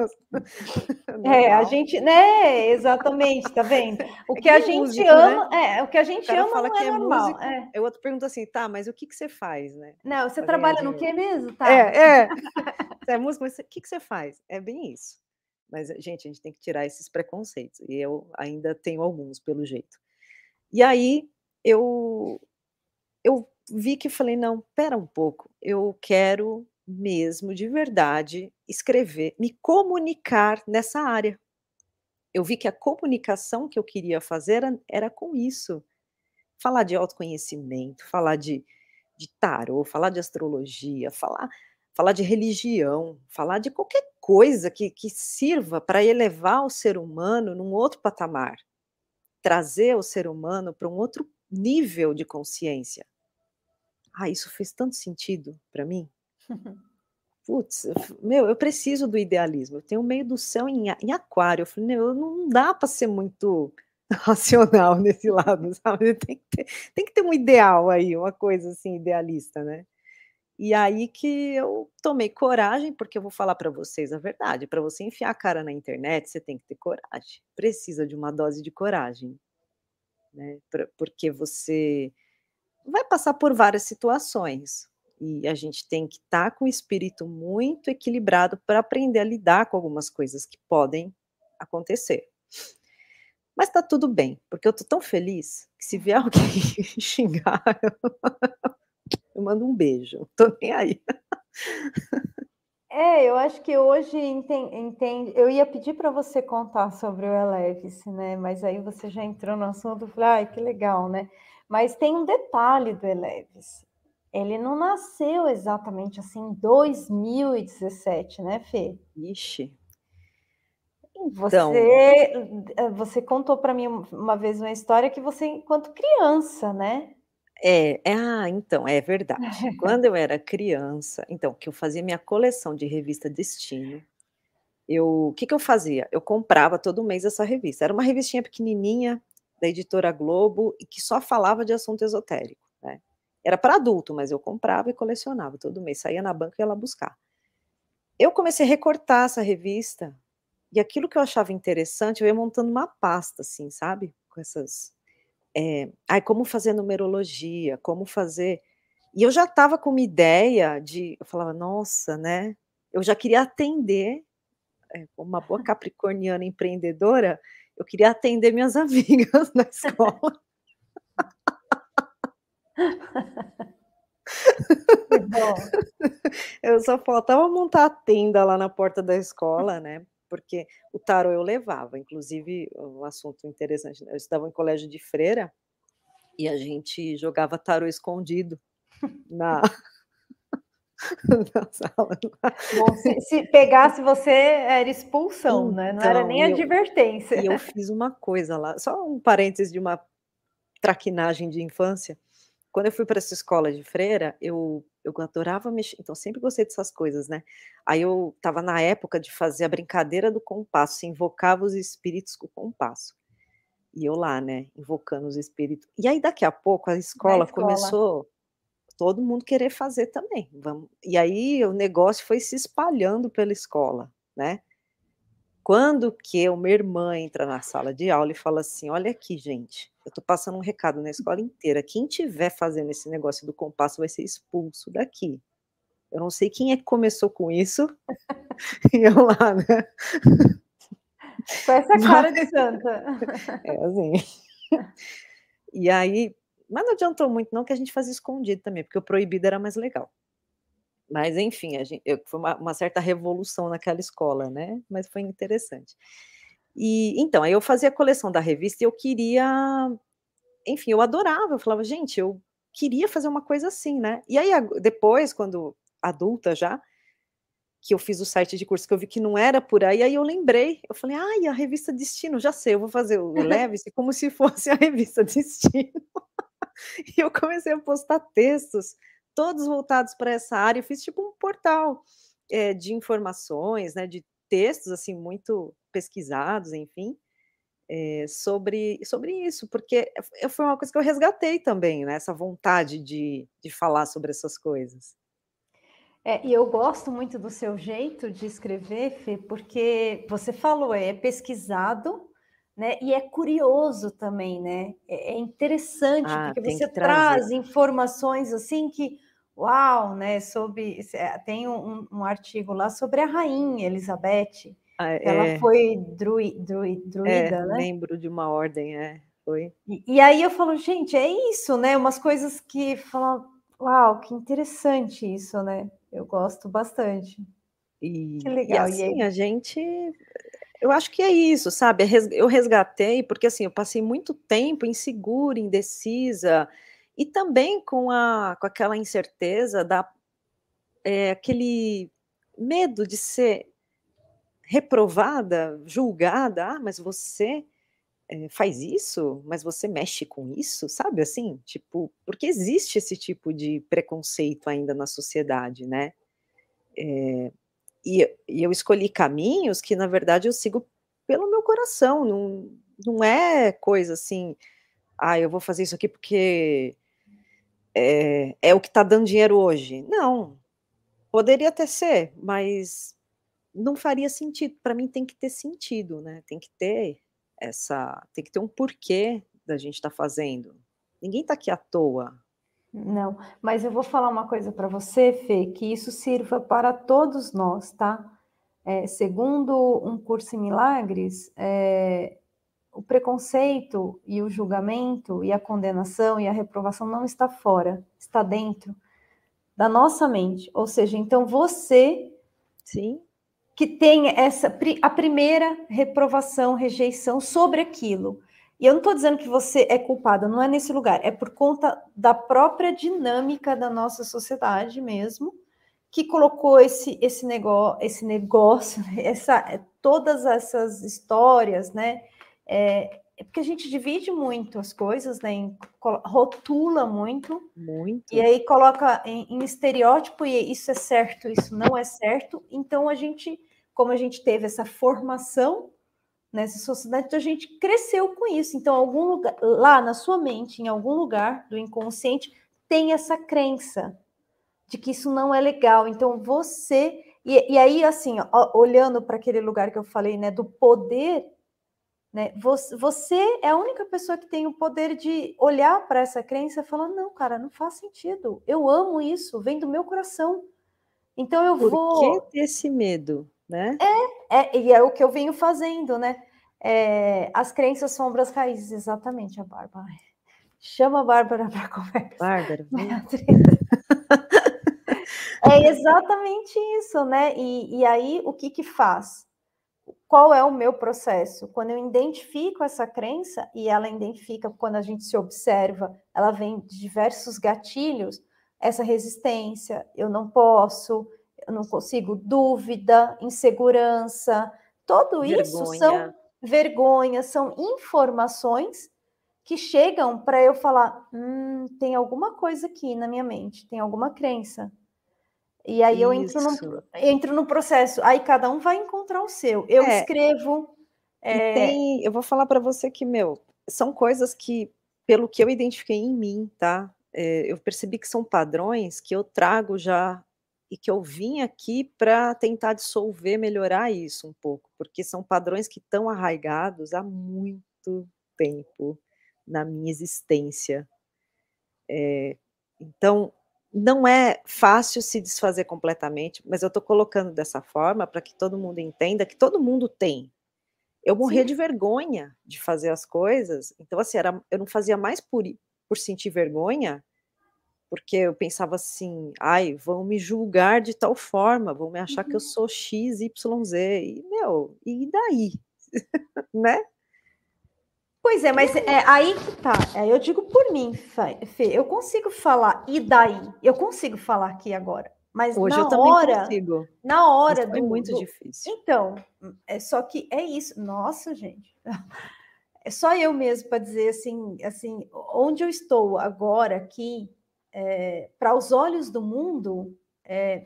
É, a
normal.
gente né, exatamente, tá vendo? O
É
que
que
a
nem
gente
músico, né.
ama é, o que a
O
gente
cara
ama
fala
não é
que é
normal,
músico,
é.
aí o outro pergunta assim: "Tá, mas o que que você faz, né,
Não, você
para ganhar
trabalha no
dinheiro?".
quê mesmo?
É,
Tá.
é, "Você é músico, mas você que que você faz?". É bem isso. Mas, gente, a gente tem que tirar esses preconceitos, e eu ainda tenho alguns, pelo jeito. E aí, eu eu vi que falei: "Não, espera um pouco, eu quero mesmo, de verdade, escrever, me comunicar nessa área". eu vi que a comunicação que eu queria fazer era era com isso. Falar de autoconhecimento, falar de de tarô, falar de astrologia, falar falar de religião, falar de qualquer coisa que que sirva para elevar o ser humano num outro patamar, trazer o ser humano para um outro nível de consciência. Ah, isso fez tanto sentido para mim. Putz, eu f meu, eu preciso do idealismo, eu tenho o meio do céu em a em aquário, eu falei: "Meu, não dá para ser muito racional nesse lado, sabe, tem que ter tem que ter um ideal aí, uma coisa assim idealista, né". E aí que eu tomei coragem, porque eu vou falar para vocês a verdade, para você enfiar a cara na internet, você tem que ter coragem, precisa de uma dose de coragem, né, pra porque você vai passar por várias situações, e a gente tem que estar com o espírito muito equilibrado para aprender a lidar com algumas coisas que podem acontecer. Mas está tudo bem, porque eu estou tão feliz, que se vier alguém xingar, eu mando um beijo, tô nem aí.
É, eu acho que hoje enten entende eu ia pedir para você contar sobre o Eleve-se, né, mas aí você já entrou no assunto, eu falei: "Ai, que legal", né. Mas tem um detalhe do Eleve-se, ele não nasceu exatamente, assim, em dois mil e dezessete, né, Fê?
Ixi. Então
Você hã, você contou para mim um uma vez uma história que você enquanto criança, né?
É, ah, então, é verdade. Quando eu era criança então, que eu fazia minha coleção de revista Destino, eu o que que eu fazia? Eu comprava todo mês essa revista, era uma revistinha pequenininha, da editora Globo, e que só falava de assunto esotérico, né. Era para adulto, mas eu comprava e colecionava todo mês, saía na banca e ia lá buscar. Eu comecei a recortar essa revista, e aquilo que eu achava interessante, eu ia montando uma pasta, assim, sabe, com essas, eh, ai, como fazer numerologia, como fazer e eu já estava com uma ideia de eu falava: "Nossa", né, eu já queria atender, eh, como uma boa capricorniana empreendedora, eu queria atender minhas amigas na escola.
Que bom.
Eu só faltava montar a tenda lá na porta da escola, né, porque o tarô eu levava, inclusive um assunto interessante, né, eu estudava em colégio de freira, e a gente jogava tarô escondido na na sala lá.
Bom, se se pegasse você, era expulsão, né, não era
Então,
nem
e eu
advertência.
e eu fiz uma coisa lá, só um parêntese de uma traquinagem de infância, quando eu fui para essa escola de freira, eu eu adorava mexer então sempre gostei dessas coisas, né, aí eu estava na época de fazer a brincadeira do compasso, você invocava os espíritos com o compasso. E eu lá, né, invocando os espíritos. E aí daqui a pouco a
Na
escola
escola.
começou todo mundo querer fazer também, vamos e aí o negócio foi se espalhando pela escola, né. Quando que uma irmã entra na sala de aula e fala assim: "Olha aqui gente, eu estou passando um recado na escola inteira, quem tiver fazendo esse negócio do compasso vai ser expulso daqui". Eu não sei quem é que começou com isso, e eu lá, né.
Com essa
Mas
cara de santa.
é assim. E aí mas não adiantou muito não, que a gente fazia escondido também, porque o proibido era mais legal. Mas enfim, a gen eu foi uma uma certa revolução naquela escola, né, mas foi interessante. E então, aí eu fazia a coleção da revista e eu queria enfim, eu adorava, eu falava: "Gente, eu queria fazer uma coisa assim, né". E aí ago depois, quando adulta já, que eu fiz o site de curso, que eu vi que não era por aí, aí eu lembrei, eu falei: "Ai, a revista Destino, já sei, eu vou fazer o Eleve-se como se fosse a revista Destino". E eu comecei a postar textos, todos voltados para essa área, eu fiz tipo um portal, eh, de informações, né, de textos, assim, muito pesquisados, enfim, eh, sobre sobre isso, porque f foi uma coisa que eu resgatei também, né, essa vontade de de falar sobre essas coisas.
É, e eu gosto muito do seu jeito de escrever, Fê, porque você falou, é pesquisado, né, e é curioso também, né, é é interessante,
Ah,
porque
tem
você
que trazer.
traz informações, assim, que uau, né, sobre se eh, tem um um um artigo lá sobre a rainha Elizabeth,
Ah,
que ela
é,
foi drui drui
é,
druida, né.
membro de uma ordem, é, foi.
E e aí eu falo: "Gente, é isso, né", umas coisas que fala: "Uau, que interessante isso", né. Eu gosto bastante. Que
E e
legal, e aí
assim, a gente Eu acho que é isso, sabe, eu resgatei, porque assim, eu passei muito tempo insegura, indecisa, e também com a com aquela incerteza da eh, aquele medo de ser reprovada, julgada, "Ah, mas você, eh, faz isso? Mas você mexe com isso?", sabe, assim, tipo, porque existe esse tipo de preconceito ainda na sociedade, né. Eh, e e eu escolhi caminhos que na verdade eu sigo pelo meu coração, não não é coisa assim, "Ah, eu vou fazer isso aqui porque, eh, é o que está dando dinheiro hoje", não, poderia até ser, mas não faria sentido, para mim tem que ter sentido, né, tem que ter essa tem que ter um porquê da gente estar fazendo, ninguém está aqui à toa.
Não, mas eu vou falar uma coisa para você, Fê, que isso sirva para todos nós, tá. Eh, segundo um curso em milagres, eh, o preconceito e o julgamento e a condenação e a reprovação não está fora, está dentro da nossa mente, ou seja, então você
Sim.
que tem essa pri a primeira reprovação, rejeição sobre aquilo. E eu não estou dizendo que você é culpada, não é nesse lugar, é por conta da própria dinâmica da nossa sociedade mesmo, que colocou esse esse negó esse negócio, essa todas essas histórias, né, eh, é porque a gente divide muito as coisas, né, em colo rotula muito, e
Muito.
aí coloca em em estereótipo e isso é certo, isso não é certo, então a gente, como a gente teve essa formação nessa sociedade, então a gente cresceu com isso, então algum lugar lá na sua mente, em algum lugar do inconsciente, tem essa crença de que isso não é legal, então você e e aí assim, ó, olhando para aquele lugar que eu falei, né, do poder, né, voc você é a única pessoa que tem o poder de olhar para essa crença e falar: "Não cara, não faz sentido, eu amo isso, vem do meu coração, então eu
Por que
vou"
ter esse medo, né?
É, é, e é o que eu venho fazendo, né, eh, as crenças, sombras, raízes, exatamente a Bárbara, chama a Bárbara para conversa,
Bárbara, vem.
É exatamente isso, né, e e aí o que que faz? Qual é o meu processo? Quando eu identifico essa crença, e ela identifica quando a gente se observa, ela vem de diversos gatilhos, essa resistência, eu não posso, eu não consigo, dúvida, insegurança, tudo isso
Vergonha.
são vergonhas, são informações que chegam para eu falar: "Hum, tem alguma coisa aqui na minha mente, tem alguma crença". E aí eu entro num
Isso.
entro no processo, aí cada um vai encontrar o seu, eu
É.
escrevo,
E
eh
tem eu vou falar para você que, meu, são coisas que, pelo que eu identifiquei em mim, tá, eh, eu percebi que são padrões que eu trago já, e que eu vim aqui para tentar dissolver, melhorar isso um pouco, porque são padrões que estão arraigados há muito tempo na minha existência. Eh, então, não é fácil se desfazer completamente, mas eu estou colocando dessa forma para que todo mundo entenda que todo mundo tem. Eu morria
Sim.
de vergonha de fazer as coisas, então assim, era eu não fazia mais por i por sentir vergonha, porque eu pensava assim: "Ai, vão me julgar de tal forma, vão me achar que eu
Uhum.
sou X, Y, Z", e meu, e daí? Né?
Pois é, mas
Não
é aí que tá, aí eu digo por mim, Fé Fê, eu consigo falar "e daí?", eu consigo falar aqui agora, mas
Hoje eu
na
também
hora
consigo,
na
mas
hora
foi
do
muito
do
difícil.
então, é só que é isso, nossa gente, é só eu mesmo para dizer assim assim, onde eu estou agora aqui, eh, para os olhos do mundo, eh,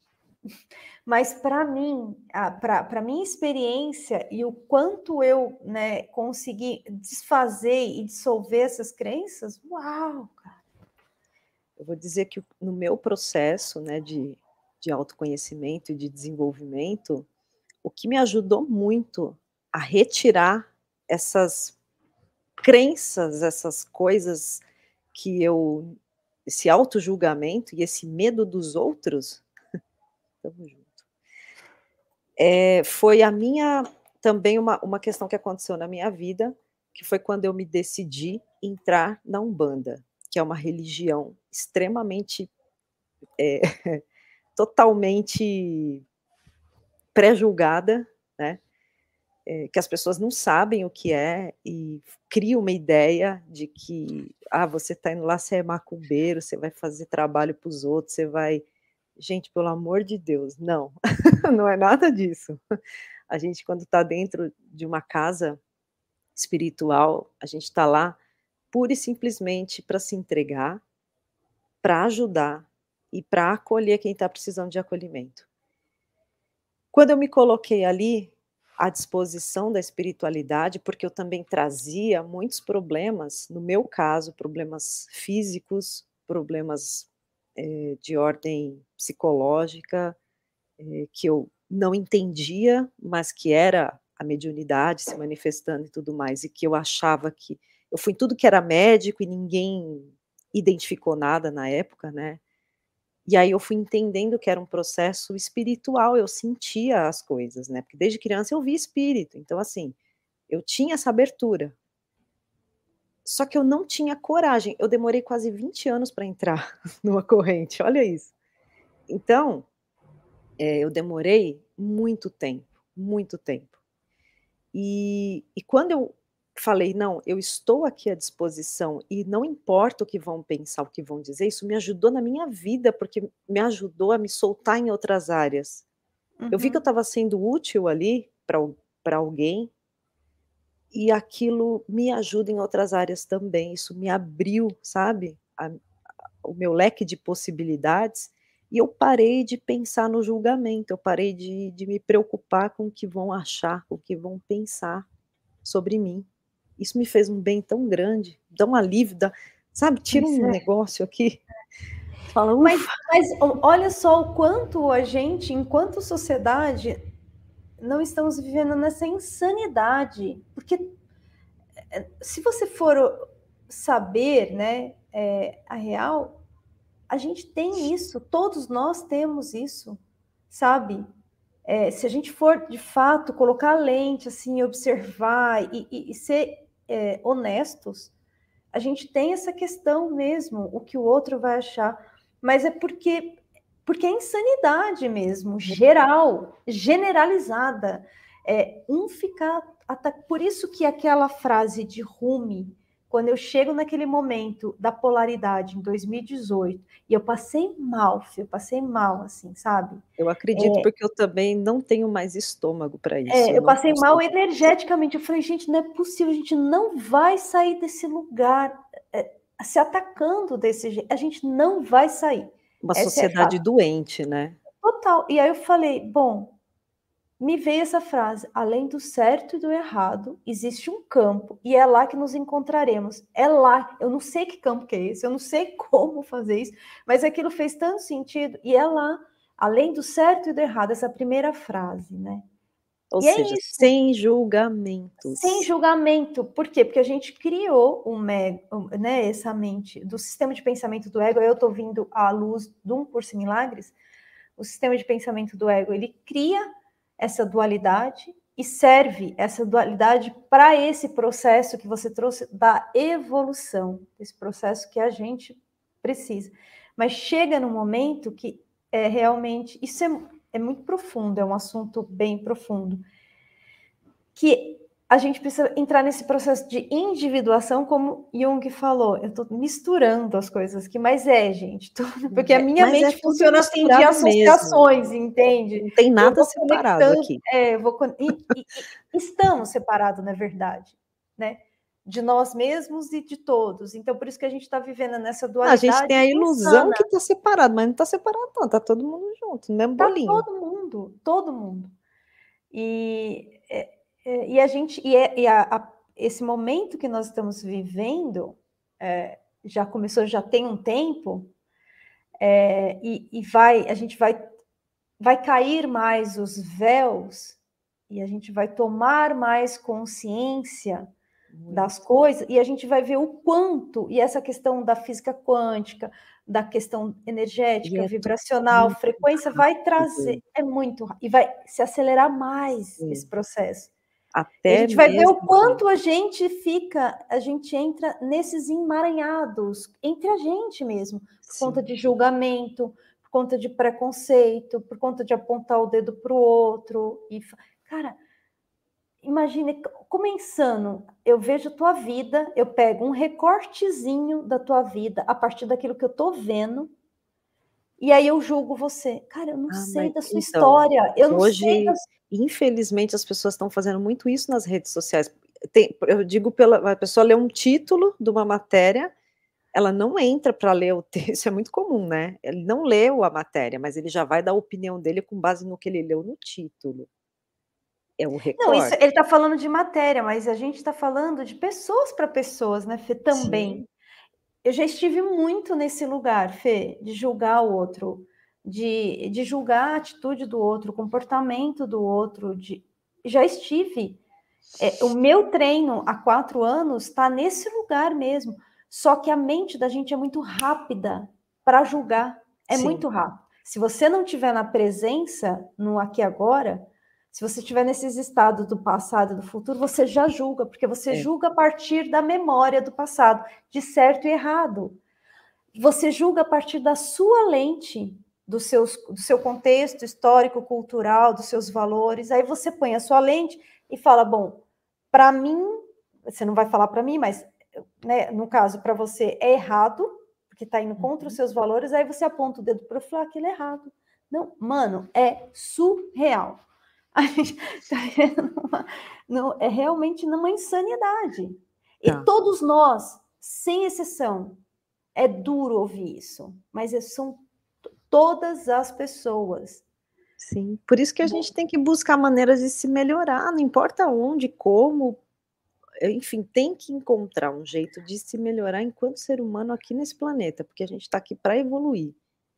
mas para mim, a pra pra minha experiência e o quanto eu, né, consegui desfazer e dissolver essas crenças, uau, cara.
Eu vou dizer que o no meu processo, né, de de autoconhecimento e de desenvolvimento, o que me ajudou muito a retirar essas crenças, essas coisas que eu esse autojulgamento e esse medo dos outros, tamo junto. Eh, foi a minha também uma uma questão que aconteceu na minha vida, que foi quando eu me decidi entrar na Umbanda, que é uma religião extremamente, eh, totalmente pré-julgada, né. é, que as pessoas não sabem o que é e cria uma ideia de que, ah, você está indo lá, você é macumbeiro, você vai fazer trabalho para os outros, você vai gente, pelo amor de Deus, não, não é nada disso. A gente quando está dentro de uma casa espiritual, a gente está lá pura e simplesmente para se entregar, para ajudar e para acolher quem está precisando de acolhimento. Quando eu me coloquei ali, à disposição da espiritualidade, porque eu também trazia muitos problemas, no meu caso, problemas físicos, problemas, eh, de ordem psicológica, eh, que eu não entendia, mas que era a mediunidade se manifestando e tudo mais, e que eu achava que eu fui em tudo que era médico e ninguém identificou nada na época, né. E aí eu fui entendendo que era um processo espiritual, eu sentia as coisas, né, porque desde criança eu via espírito, então assim, eu tinha essa abertura. Só que eu não tinha coragem, eu demorei quase vinte anos para entrar numa corrente, olha isso. Então, eh, eu demorei muito tempo, muito tempo. E e quando eu falei: "Não, eu estou aqui à disposição e não importa o que vão pensar, o que vão dizer", isso me ajudou na minha vida, porque me ajudou a me soltar em outras áreas. Eu vi que eu
Uhum.
estava sendo útil ali para al para alguém e aquilo me ajuda em outras áreas também, isso me abriu, sabe, a o meu leque de possibilidades, e eu parei de pensar no julgamento, eu parei de de me preocupar com o que vão achar, com o que vão pensar sobre mim. Isso me fez um bem tão grande, dá um alívio, dá sabe, tira
Pois
um
é.
negócio aqui, fala:
Mas
"Ufa".
mas o olha só o quanto a gente, enquanto sociedade, não estamos vivendo nessa insanidade, porque, eh, se você for saber, né, eh, a real, a gente tem isso, todos nós temos isso, sabe. Eh, se a gente for de fato colocar a lente, assim, observar e e e ser, eh, honestos, a gente tem essa questão mesmo, o que o outro vai achar, mas é porque porque é insanidade mesmo, geral, generalizada. É um ficar ata por isso que aquela frase de Rumi, quando eu chego naquele momento da polaridade em dois mil e dezoito, e eu passei mal, Fê, eu passei mal, assim, sabe.
Eu acredito, porque eu também não tenho mais estômago para isso,
É,
eu
eu
não
passei mal
consigo.
energeticamente, eu falei: "Gente, não é possível, a gente não vai sair desse lugar, eh, se atacando desse jeito, a gente não vai sair".
Uma
Essa é
sociedade
fato.
doente, né.
Total. E aí eu falei: "Bom", me veio essa frase: "Além do certo e do errado, existe um campo, e é lá que nos encontraremos". É lá, eu não sei que campo que é esse, eu não sei como fazer isso, mas aquilo fez tanto sentido, e é lá, além do certo e do errado, essa primeira frase, né.
Ou
E é
seja,
isso.
sem
Sem
julgamentos.
julgamento. Por quê? Porque a gente criou um me um, né, essa mente do sistema de pensamento do ego, eu estou vindo à luz de um curso em milagres, o sistema de pensamento do ego, ele cria essa dualidade e serve essa dualidade para esse processo que você trouxe da evolução, esse processo que a gente precisa. Mas chega num momento que é realmente isso é é muito profundo, é um assunto bem profundo, que a gente precisa entrar nesse processo de individuação, como Jung falou. Eu estou misturando as coisas aqui, mas é, gente, tudo, porque a
É,
minha
mas é
mente
tudo
funciona assim de
misturado mesmo,
associações, entende?
não tem
Eu
nada
vou
separado
conectando,
aqui.
é, eu vou con e e e estamos separados, na verdade, né, de nós mesmos e de todos. Então por isso que a gente está vivendo nessa
A gente
dualidade
tem a ilusão
insana.
que está separado, mas não está separado não, está todo mundo junto, no mesmo
Tá
bolinho.
todo mundo, todo mundo. E, eh eh, e a gente e é e a a esse momento que nós estamos vivendo, eh, já começou já tem um tempo, eh, e e vai a gente vai vai cair mais os véus, e a gente vai tomar mais consciência das
Muito.
coisas, e a gente vai ver o quanto e essa questão da física quântica, da questão
E
energética,
é tudo
vibracional,
muito
frequência, vai trazer
rápido.
é muito ra e vai se acelerar mais esse
Sim.
processo. E a
Até
gente vai ver o
mesmo
quanto a gente fica a gente entra nesses emaranhados, entre a gente mesmo, por conta
sim.
de julgamento, por conta de preconceito, por conta de apontar o dedo para o outro e fa cara imagine, como é insano, eu vejo tua vida, eu pego um recortezinho da tua vida, a partir daquilo que eu tô vendo, e aí eu julgo você. Cara, eu não
Ah,
sei
mas
da sua
então,
história, eu não sei
hoje,
das
infelizmente, as pessoas estão fazendo muito isso nas redes sociais. Tem eu digo pela a pessoa lê um título de uma matéria, ela não entra para ler o texto, isso é muito comum, né. Ele não leu a matéria, mas ele já vai dar a opinião dele com base no que ele leu no título. É o
Não, isso
recorte.
ele tá falando de matéria, mas a gente tá falando de pessoas para pessoas, né, Fê,
Sim,
também. Eu já estive muito nesse lugar, Fê, de julgar o outro, de de julgar a atitude do outro, o comportamento do outro, de já estive. Eh, o meu treino há quatro anos está nesse lugar mesmo, só que a mente da gente é muito rápida para julgar, é
sim,
muito rápido. Se você não estiver na presença, no aqui e agora, se você estiver nesses estados do passado e do futuro, você já julga, porque você
é,
julga a partir da memória do passado, de certo e errado. Você julga a partir da sua lente, do, seus, do seu contexto histórico, cultural, dos seus valores. Aí você põe a sua lente e fala, bom, para mim, você não vai falar para mim, mas, né, no caso, para você é errado, porque está indo contra os
uhum,
seus valores, aí você aponta o dedo para o outro e fala, aquilo é errado. Não, mano, é surreal. A gente tá numa, não, é realmente numa insanidade. E
tá.
todos nós, sem exceção, é duro ouvir isso, mas são todas as pessoas.
Sim, por isso que a gente tem que buscar maneiras de se melhorar, não importa onde, como, enfim, tem que encontrar um jeito de se melhorar enquanto ser humano aqui nesse planeta, porque a gente está aqui para evoluir,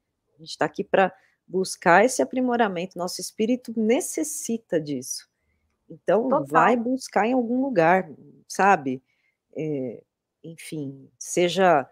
a gente está aqui para buscar esse aprimoramento, nosso espírito necessita disso. Então vai
Total.
buscar em algum lugar, sabe, eh, enfim, seja,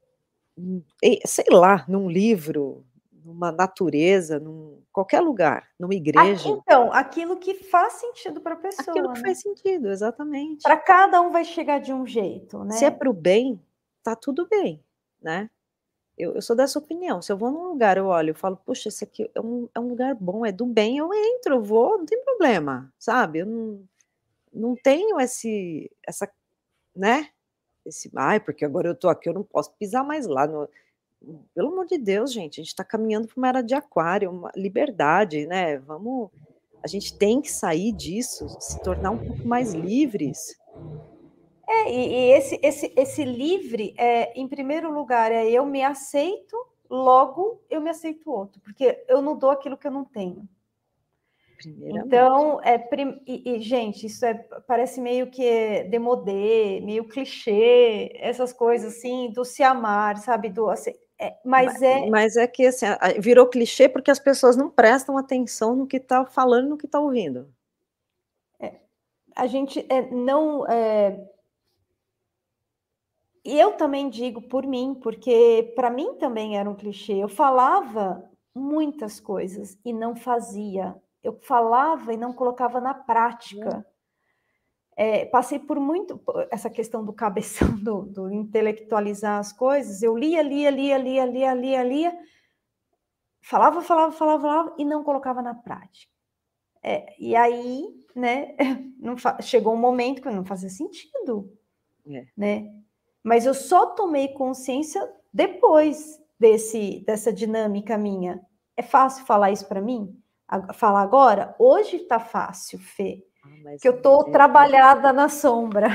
hum, e sei lá, num livro, numa natureza, num qualquer lugar, numa
A
igreja.
então, aquilo que faz sentido para a
Aquilo
pessoa,
que
né.
faz sentido, exatamente.
Para cada um vai chegar de um jeito,
Se é
né.
para o bem, tá tudo bem, né. Eu eu sou dessa opinião, se eu vou num lugar, eu olho, eu falo: "Puxa, esse aqui é um é um lugar bom, é do bem", eu entro, eu vou, não tem problema, sabe. Eu não não tenho esse essa, né, esse: "Ai, porque agora eu tô aqui, eu não posso pisar mais lá no", pelo amor de Deus, gente, a gente tá caminhando para uma era de aquário, uma liberdade, né, vamos, a gente tem que sair disso, se tornar um pouco mais livres.
É, e e esse esse esse livre, é em primeiro lugar, é eu me aceito, logo eu me aceito o outro, porque eu não dou aquilo que eu não tenho.
Primeiramente.
Então, é prim e e gente, isso é parece meio que é demodé, meio clichê, essas coisas assim do se amar, sabe, do assim, é,
Ma
mas é
mas é que assim, a virou clichê, porque as pessoas não prestam atenção no que tá falando, no que tá ouvindo.
a gente, eh, não, eh e eu também digo por mim, porque para mim também era um clichê, eu falava muitas coisas e não fazia, eu falava e não colocava na
É.
prática. Eh, passei por muito essa questão do cabeção, do do intelectualizar as coisas, eu lia, lia, lia, lia, lia, lia, lia, falava, falava, falava, falava e não colocava na prática. É, e aí, né, não fa chegou um momento que não fazia sentido,
É.
né. Mas eu só tomei consciência depois desse dessa dinâmica minha. É fácil falar isso para mim? A falar agora? Hoje tá fácil, Fê,
Ah, mas
que eu tô
é é
trabalhada na sombra.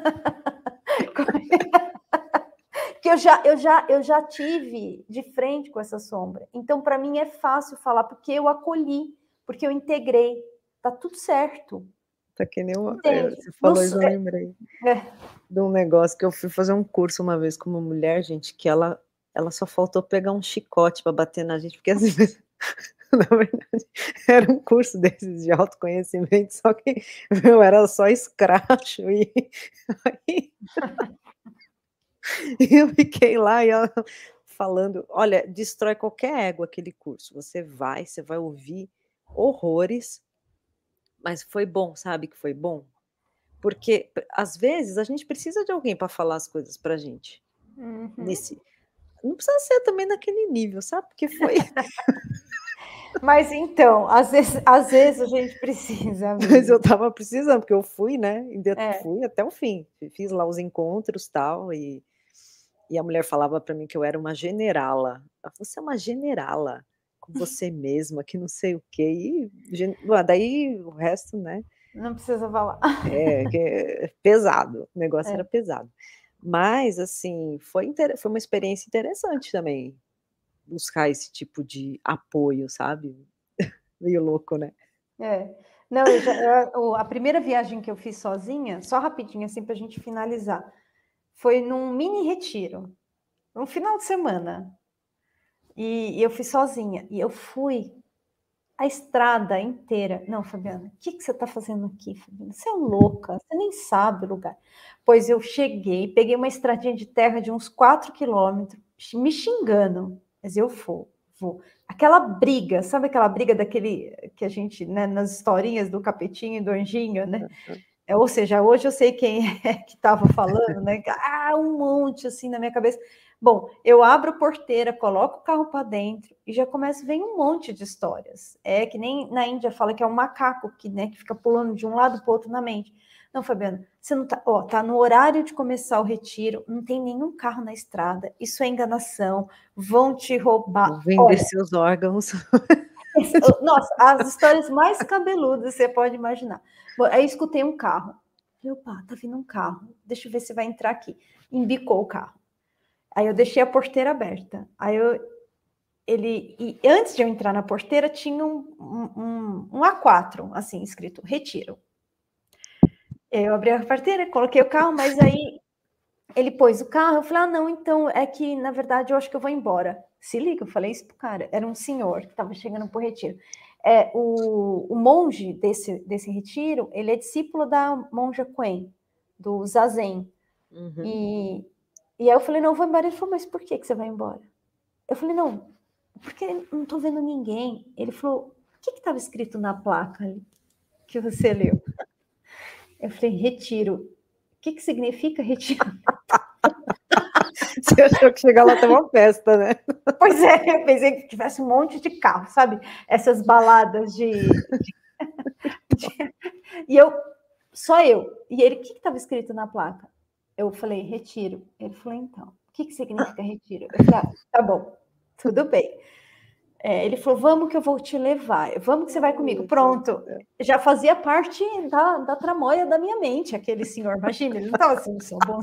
Que eu já eu já eu já tive de frente com essa sombra. Então para mim é fácil falar, porque eu acolhi, porque eu integrei, tá tudo certo,
tá que nem uma eh,
entende?
você
Não
falou
so
isso, eu
é
lembrei
é.
de um negócio que eu fui fazer um curso uma vez com uma mulher, gente, que ela ela só faltou pegar um chicote pra bater na gente, porque às vezes, na verdade, era um curso desses de autoconhecimento, só que, meu, era só escracho e aí e eu fiquei lá e ela falando, olha, destrói qualquer ego aquele curso, você vai, você vai ouvir horrores, mas foi bom, sabe que foi bom? Porque p às vezes a gente precisa de alguém para falar as coisas pra gente,
Uhum.
nesse, não precisa ser também naquele nível, sabe, porque foi
Mas então, às vezes, às vezes a gente precisa, amiga.
Mas eu estava precisando, porque eu fui, né, ainda
É.
fui até o fim, fiz lá os encontros, tal, e e a mulher falava para mim que eu era uma generala. Ela falou: "Você é uma generala, com você mesma, que não sei o quê", e gen ah, daí o resto, né,
Não precisa falar.
é que é pesado, o negócio
É.
era pesado. Mas, assim, foi intere foi uma experiência interessante também, buscar esse tipo de apoio, sabe. Meio louco, né.
É. Não, eu já eu o a primeira viagem que eu fiz sozinha, só rapidinho, assim, pra gente finalizar, foi num mini retiro, um final de semana, e e eu fui sozinha, e eu fui a estrada inteira. "Não, Fabiana, o que que você está fazendo aqui, Fabiana? Você é louca, você nem sabe o lugar". Pois eu cheguei, peguei uma estradinha de terra de uns quatro quilômetros, me xingando, mas eu vou, vou. Aquela briga, sabe aquela briga daquele que a gente, né, nas historinhas do Capetinho e do Anjinho, né?
Aham.
É, ou seja, hoje eu sei quem é que estava falando, né? Ah, um monte assim na minha cabeça. Bom, eu abro a porteira, coloco o carro para dentro e já começa, vem um monte de histórias. É que nem na Índia fala que é um macaco que, né, que fica pulando de um lado para o outro na mente. Não, Fabiana, você não tá, ó, tá no horário de começar o retiro, não tem nenhum carro na estrada, isso é enganação, vão te roubar.
Vou vender
Olha,
seus órgãos.
nossa, as histórias mais cabeludas você pode imaginar. Bom, aí eu escutei um carro. Falei, opa, tá vindo um carro. Deixa eu ver se vai entrar aqui. Embicou o carro. Aí eu deixei a porteira aberta. Aí eu, ele, e antes de eu entrar na porteira, tinha um, um, um A quatro, assim, escrito, retiro. Eu abri a porteira, coloquei o carro, mas aí ele pôs o carro, eu falei, ah, não, então é que, na verdade, eu acho que eu vou embora. Se liga, eu falei isso pro cara. Era um senhor que estava chegando pro retiro. É, o, o monge desse, desse retiro, ele é discípulo da monja Quen, do Zazen.
Uhum.
E, e aí eu falei, não, eu vou embora. Ele falou, mas por que, que você vai embora? Eu falei, não, porque não tô vendo ninguém. Ele falou, o que estava escrito na placa ali que você leu? Eu falei, retiro. O que, que significa retiro?
Você achou que chegar lá tem uma festa, né?
Pois é, eu pensei que tivesse um monte de carro, sabe? Essas baladas de... de... E eu, só eu. E ele, o que estava escrito na placa? Eu falei, retiro. Ele falou, então, o que, que significa retiro? Eu falei, ah, tá bom, tudo bem. É, ele falou, vamos que eu vou te levar, vamos que você vai comigo. Pronto, já fazia parte da, da tramóia da minha mente, aquele senhor, imagina, ele não estava sendo só bom.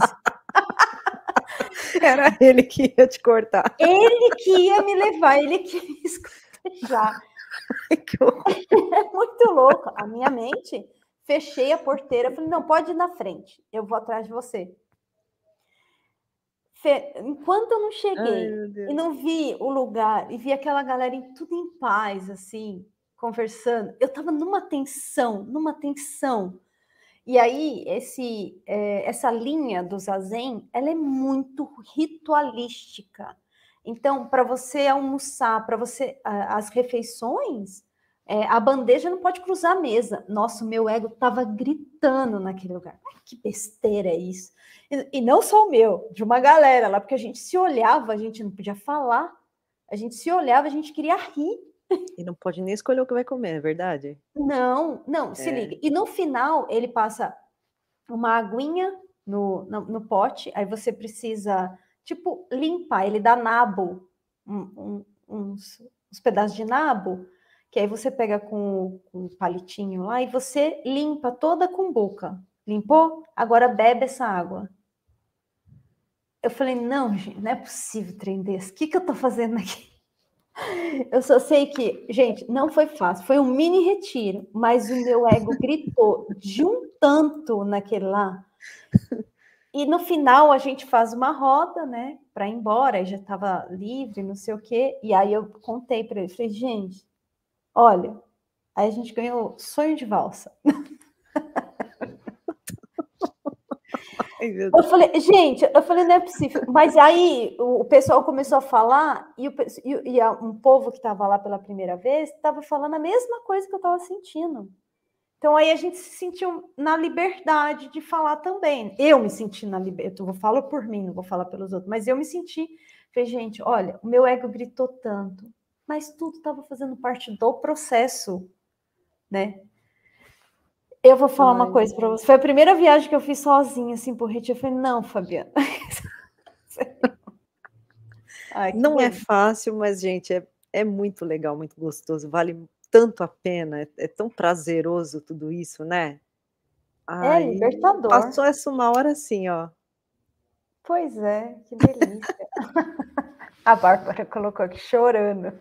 Era ele que ia te cortar.
Ele que ia me levar, ele que ia me escotejar.
Que horror.
É muito louco. A minha mente, fechei a porteira, falei, não, pode ir na frente, eu vou atrás de você. Fe... Enquanto eu não cheguei
Ai,
e não vi o lugar, e vi aquela galera em, tudo em paz, assim, conversando, eu tava numa tensão, numa tensão. E aí, esse, é, essa linha do Zazen, ela é muito ritualística. Então, para você almoçar, para você, as refeições, é, a bandeja não pode cruzar a mesa. Nossa, o meu ego estava gritando naquele lugar. Ai, que besteira é isso? E, e não só o meu, de uma galera lá, porque a gente se olhava, a gente não podia falar, a gente se olhava, a gente queria rir.
E não pode nem escolher o que vai comer, é verdade?
Não, não, se
É.
liga. E no final, ele passa uma aguinha no, no, no pote, aí você precisa, tipo, limpar. Ele dá nabo, um, um, uns, uns pedaços de nabo, que aí você pega com, com um palitinho lá e você limpa toda a cumbuca. Limpou? Agora bebe essa água. Eu falei, não, gente, não é possível trem desse. O que, que eu tô fazendo aqui? Eu só sei que, gente, não foi fácil. Foi um mini retiro, mas o meu ego gritou de um tanto naquele lá. E no final a gente faz uma roda, né, para ir embora, e já estava livre, não sei o quê. E aí eu contei para ele, falei, gente, olha, aí a gente ganhou sonho de valsa.
Ai, meu
Eu
Deus.
falei, gente, eu falei, não é possível. Mas aí o pessoal começou a falar, e, o, e, e um povo que estava lá pela primeira vez estava falando a mesma coisa que eu estava sentindo. Então aí a gente se sentiu na liberdade de falar também. Eu me senti na liberdade, eu falo por mim, não vou falar pelos outros, mas eu me senti, falei, gente, olha, o meu ego gritou tanto, mas tudo estava fazendo parte do processo, né? Eu vou falar Ai. uma coisa para você. Foi a primeira viagem que eu fiz sozinha, assim, por Retiro. Eu falei, não, Fabiana.
Ai, não bonito. É fácil, mas, gente, é, é muito legal, muito gostoso. Vale tanto a pena. É, é tão prazeroso tudo isso, né? Ai,
é libertador.
Passou essa uma hora assim, ó.
Pois é, que delícia. A Bárbara colocou aqui chorando.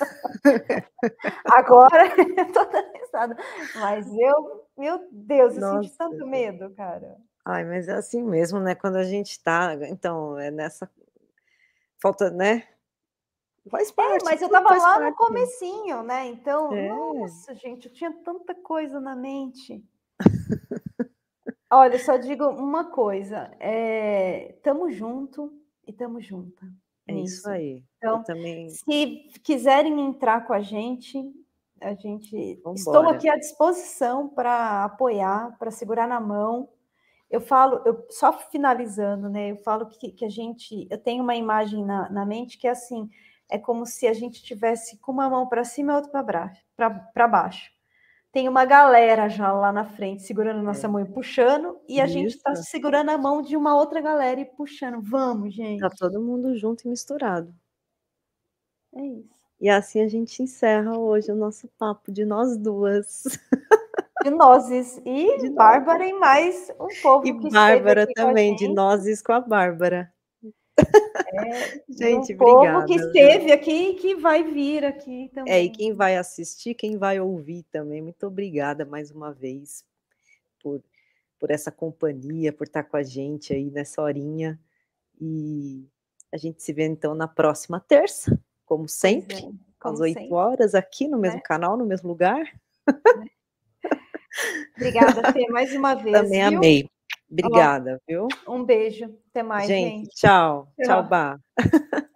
Agora eu tô dando mas eu, meu Deus, eu Nossa, senti tanto medo, cara.
Ai, mas é assim mesmo, né? Quando a gente tá, então, é nessa falta, né? Faz parte.
É, mas eu tava lá parte. no comecinho, né? Então, é. nossa, gente, eu tinha tanta coisa na mente. Olha, eu só digo uma coisa, é, tamo junto e tamo junta.
É nisso. Isso aí.
Então,
eu também...
se quiserem entrar com a gente, a gente
Vambora.
Estou aqui à disposição para apoiar, para segurar na mão. Eu falo, eu, só finalizando, né? Eu falo que, que a gente, eu tenho uma imagem na, na mente que é assim, é como se a gente tivesse com uma mão para cima e outra para baixo, para baixo. Tem uma galera já lá na frente segurando nossa é. mão e puxando, e a Isso. gente está segurando a mão de uma outra galera e puxando. Vamos, gente.
Tá todo mundo junto e misturado.
É isso.
E assim a gente encerra hoje o nosso papo de nós duas.
De nozes. E de Bárbara nós. E mais um povo
e
que
Bárbara também, de nozes com a Bárbara.
É,
gente,
um povo
obrigada.
que esteve aqui e que vai vir aqui também.
É, e quem vai assistir, quem vai ouvir também. Muito obrigada mais uma vez por, por essa companhia, por estar com a gente aí nessa horinha. E a gente se vê então na próxima terça, como sempre, é, como às oito horas, aqui no mesmo né? canal, no mesmo lugar.
Né? Obrigada, Fê, mais uma vez.
Também
viu?
amei. Obrigada, Ó, viu?
Um beijo. Até mais, gente.
Gente, tchau. Tchau, tchau Bá.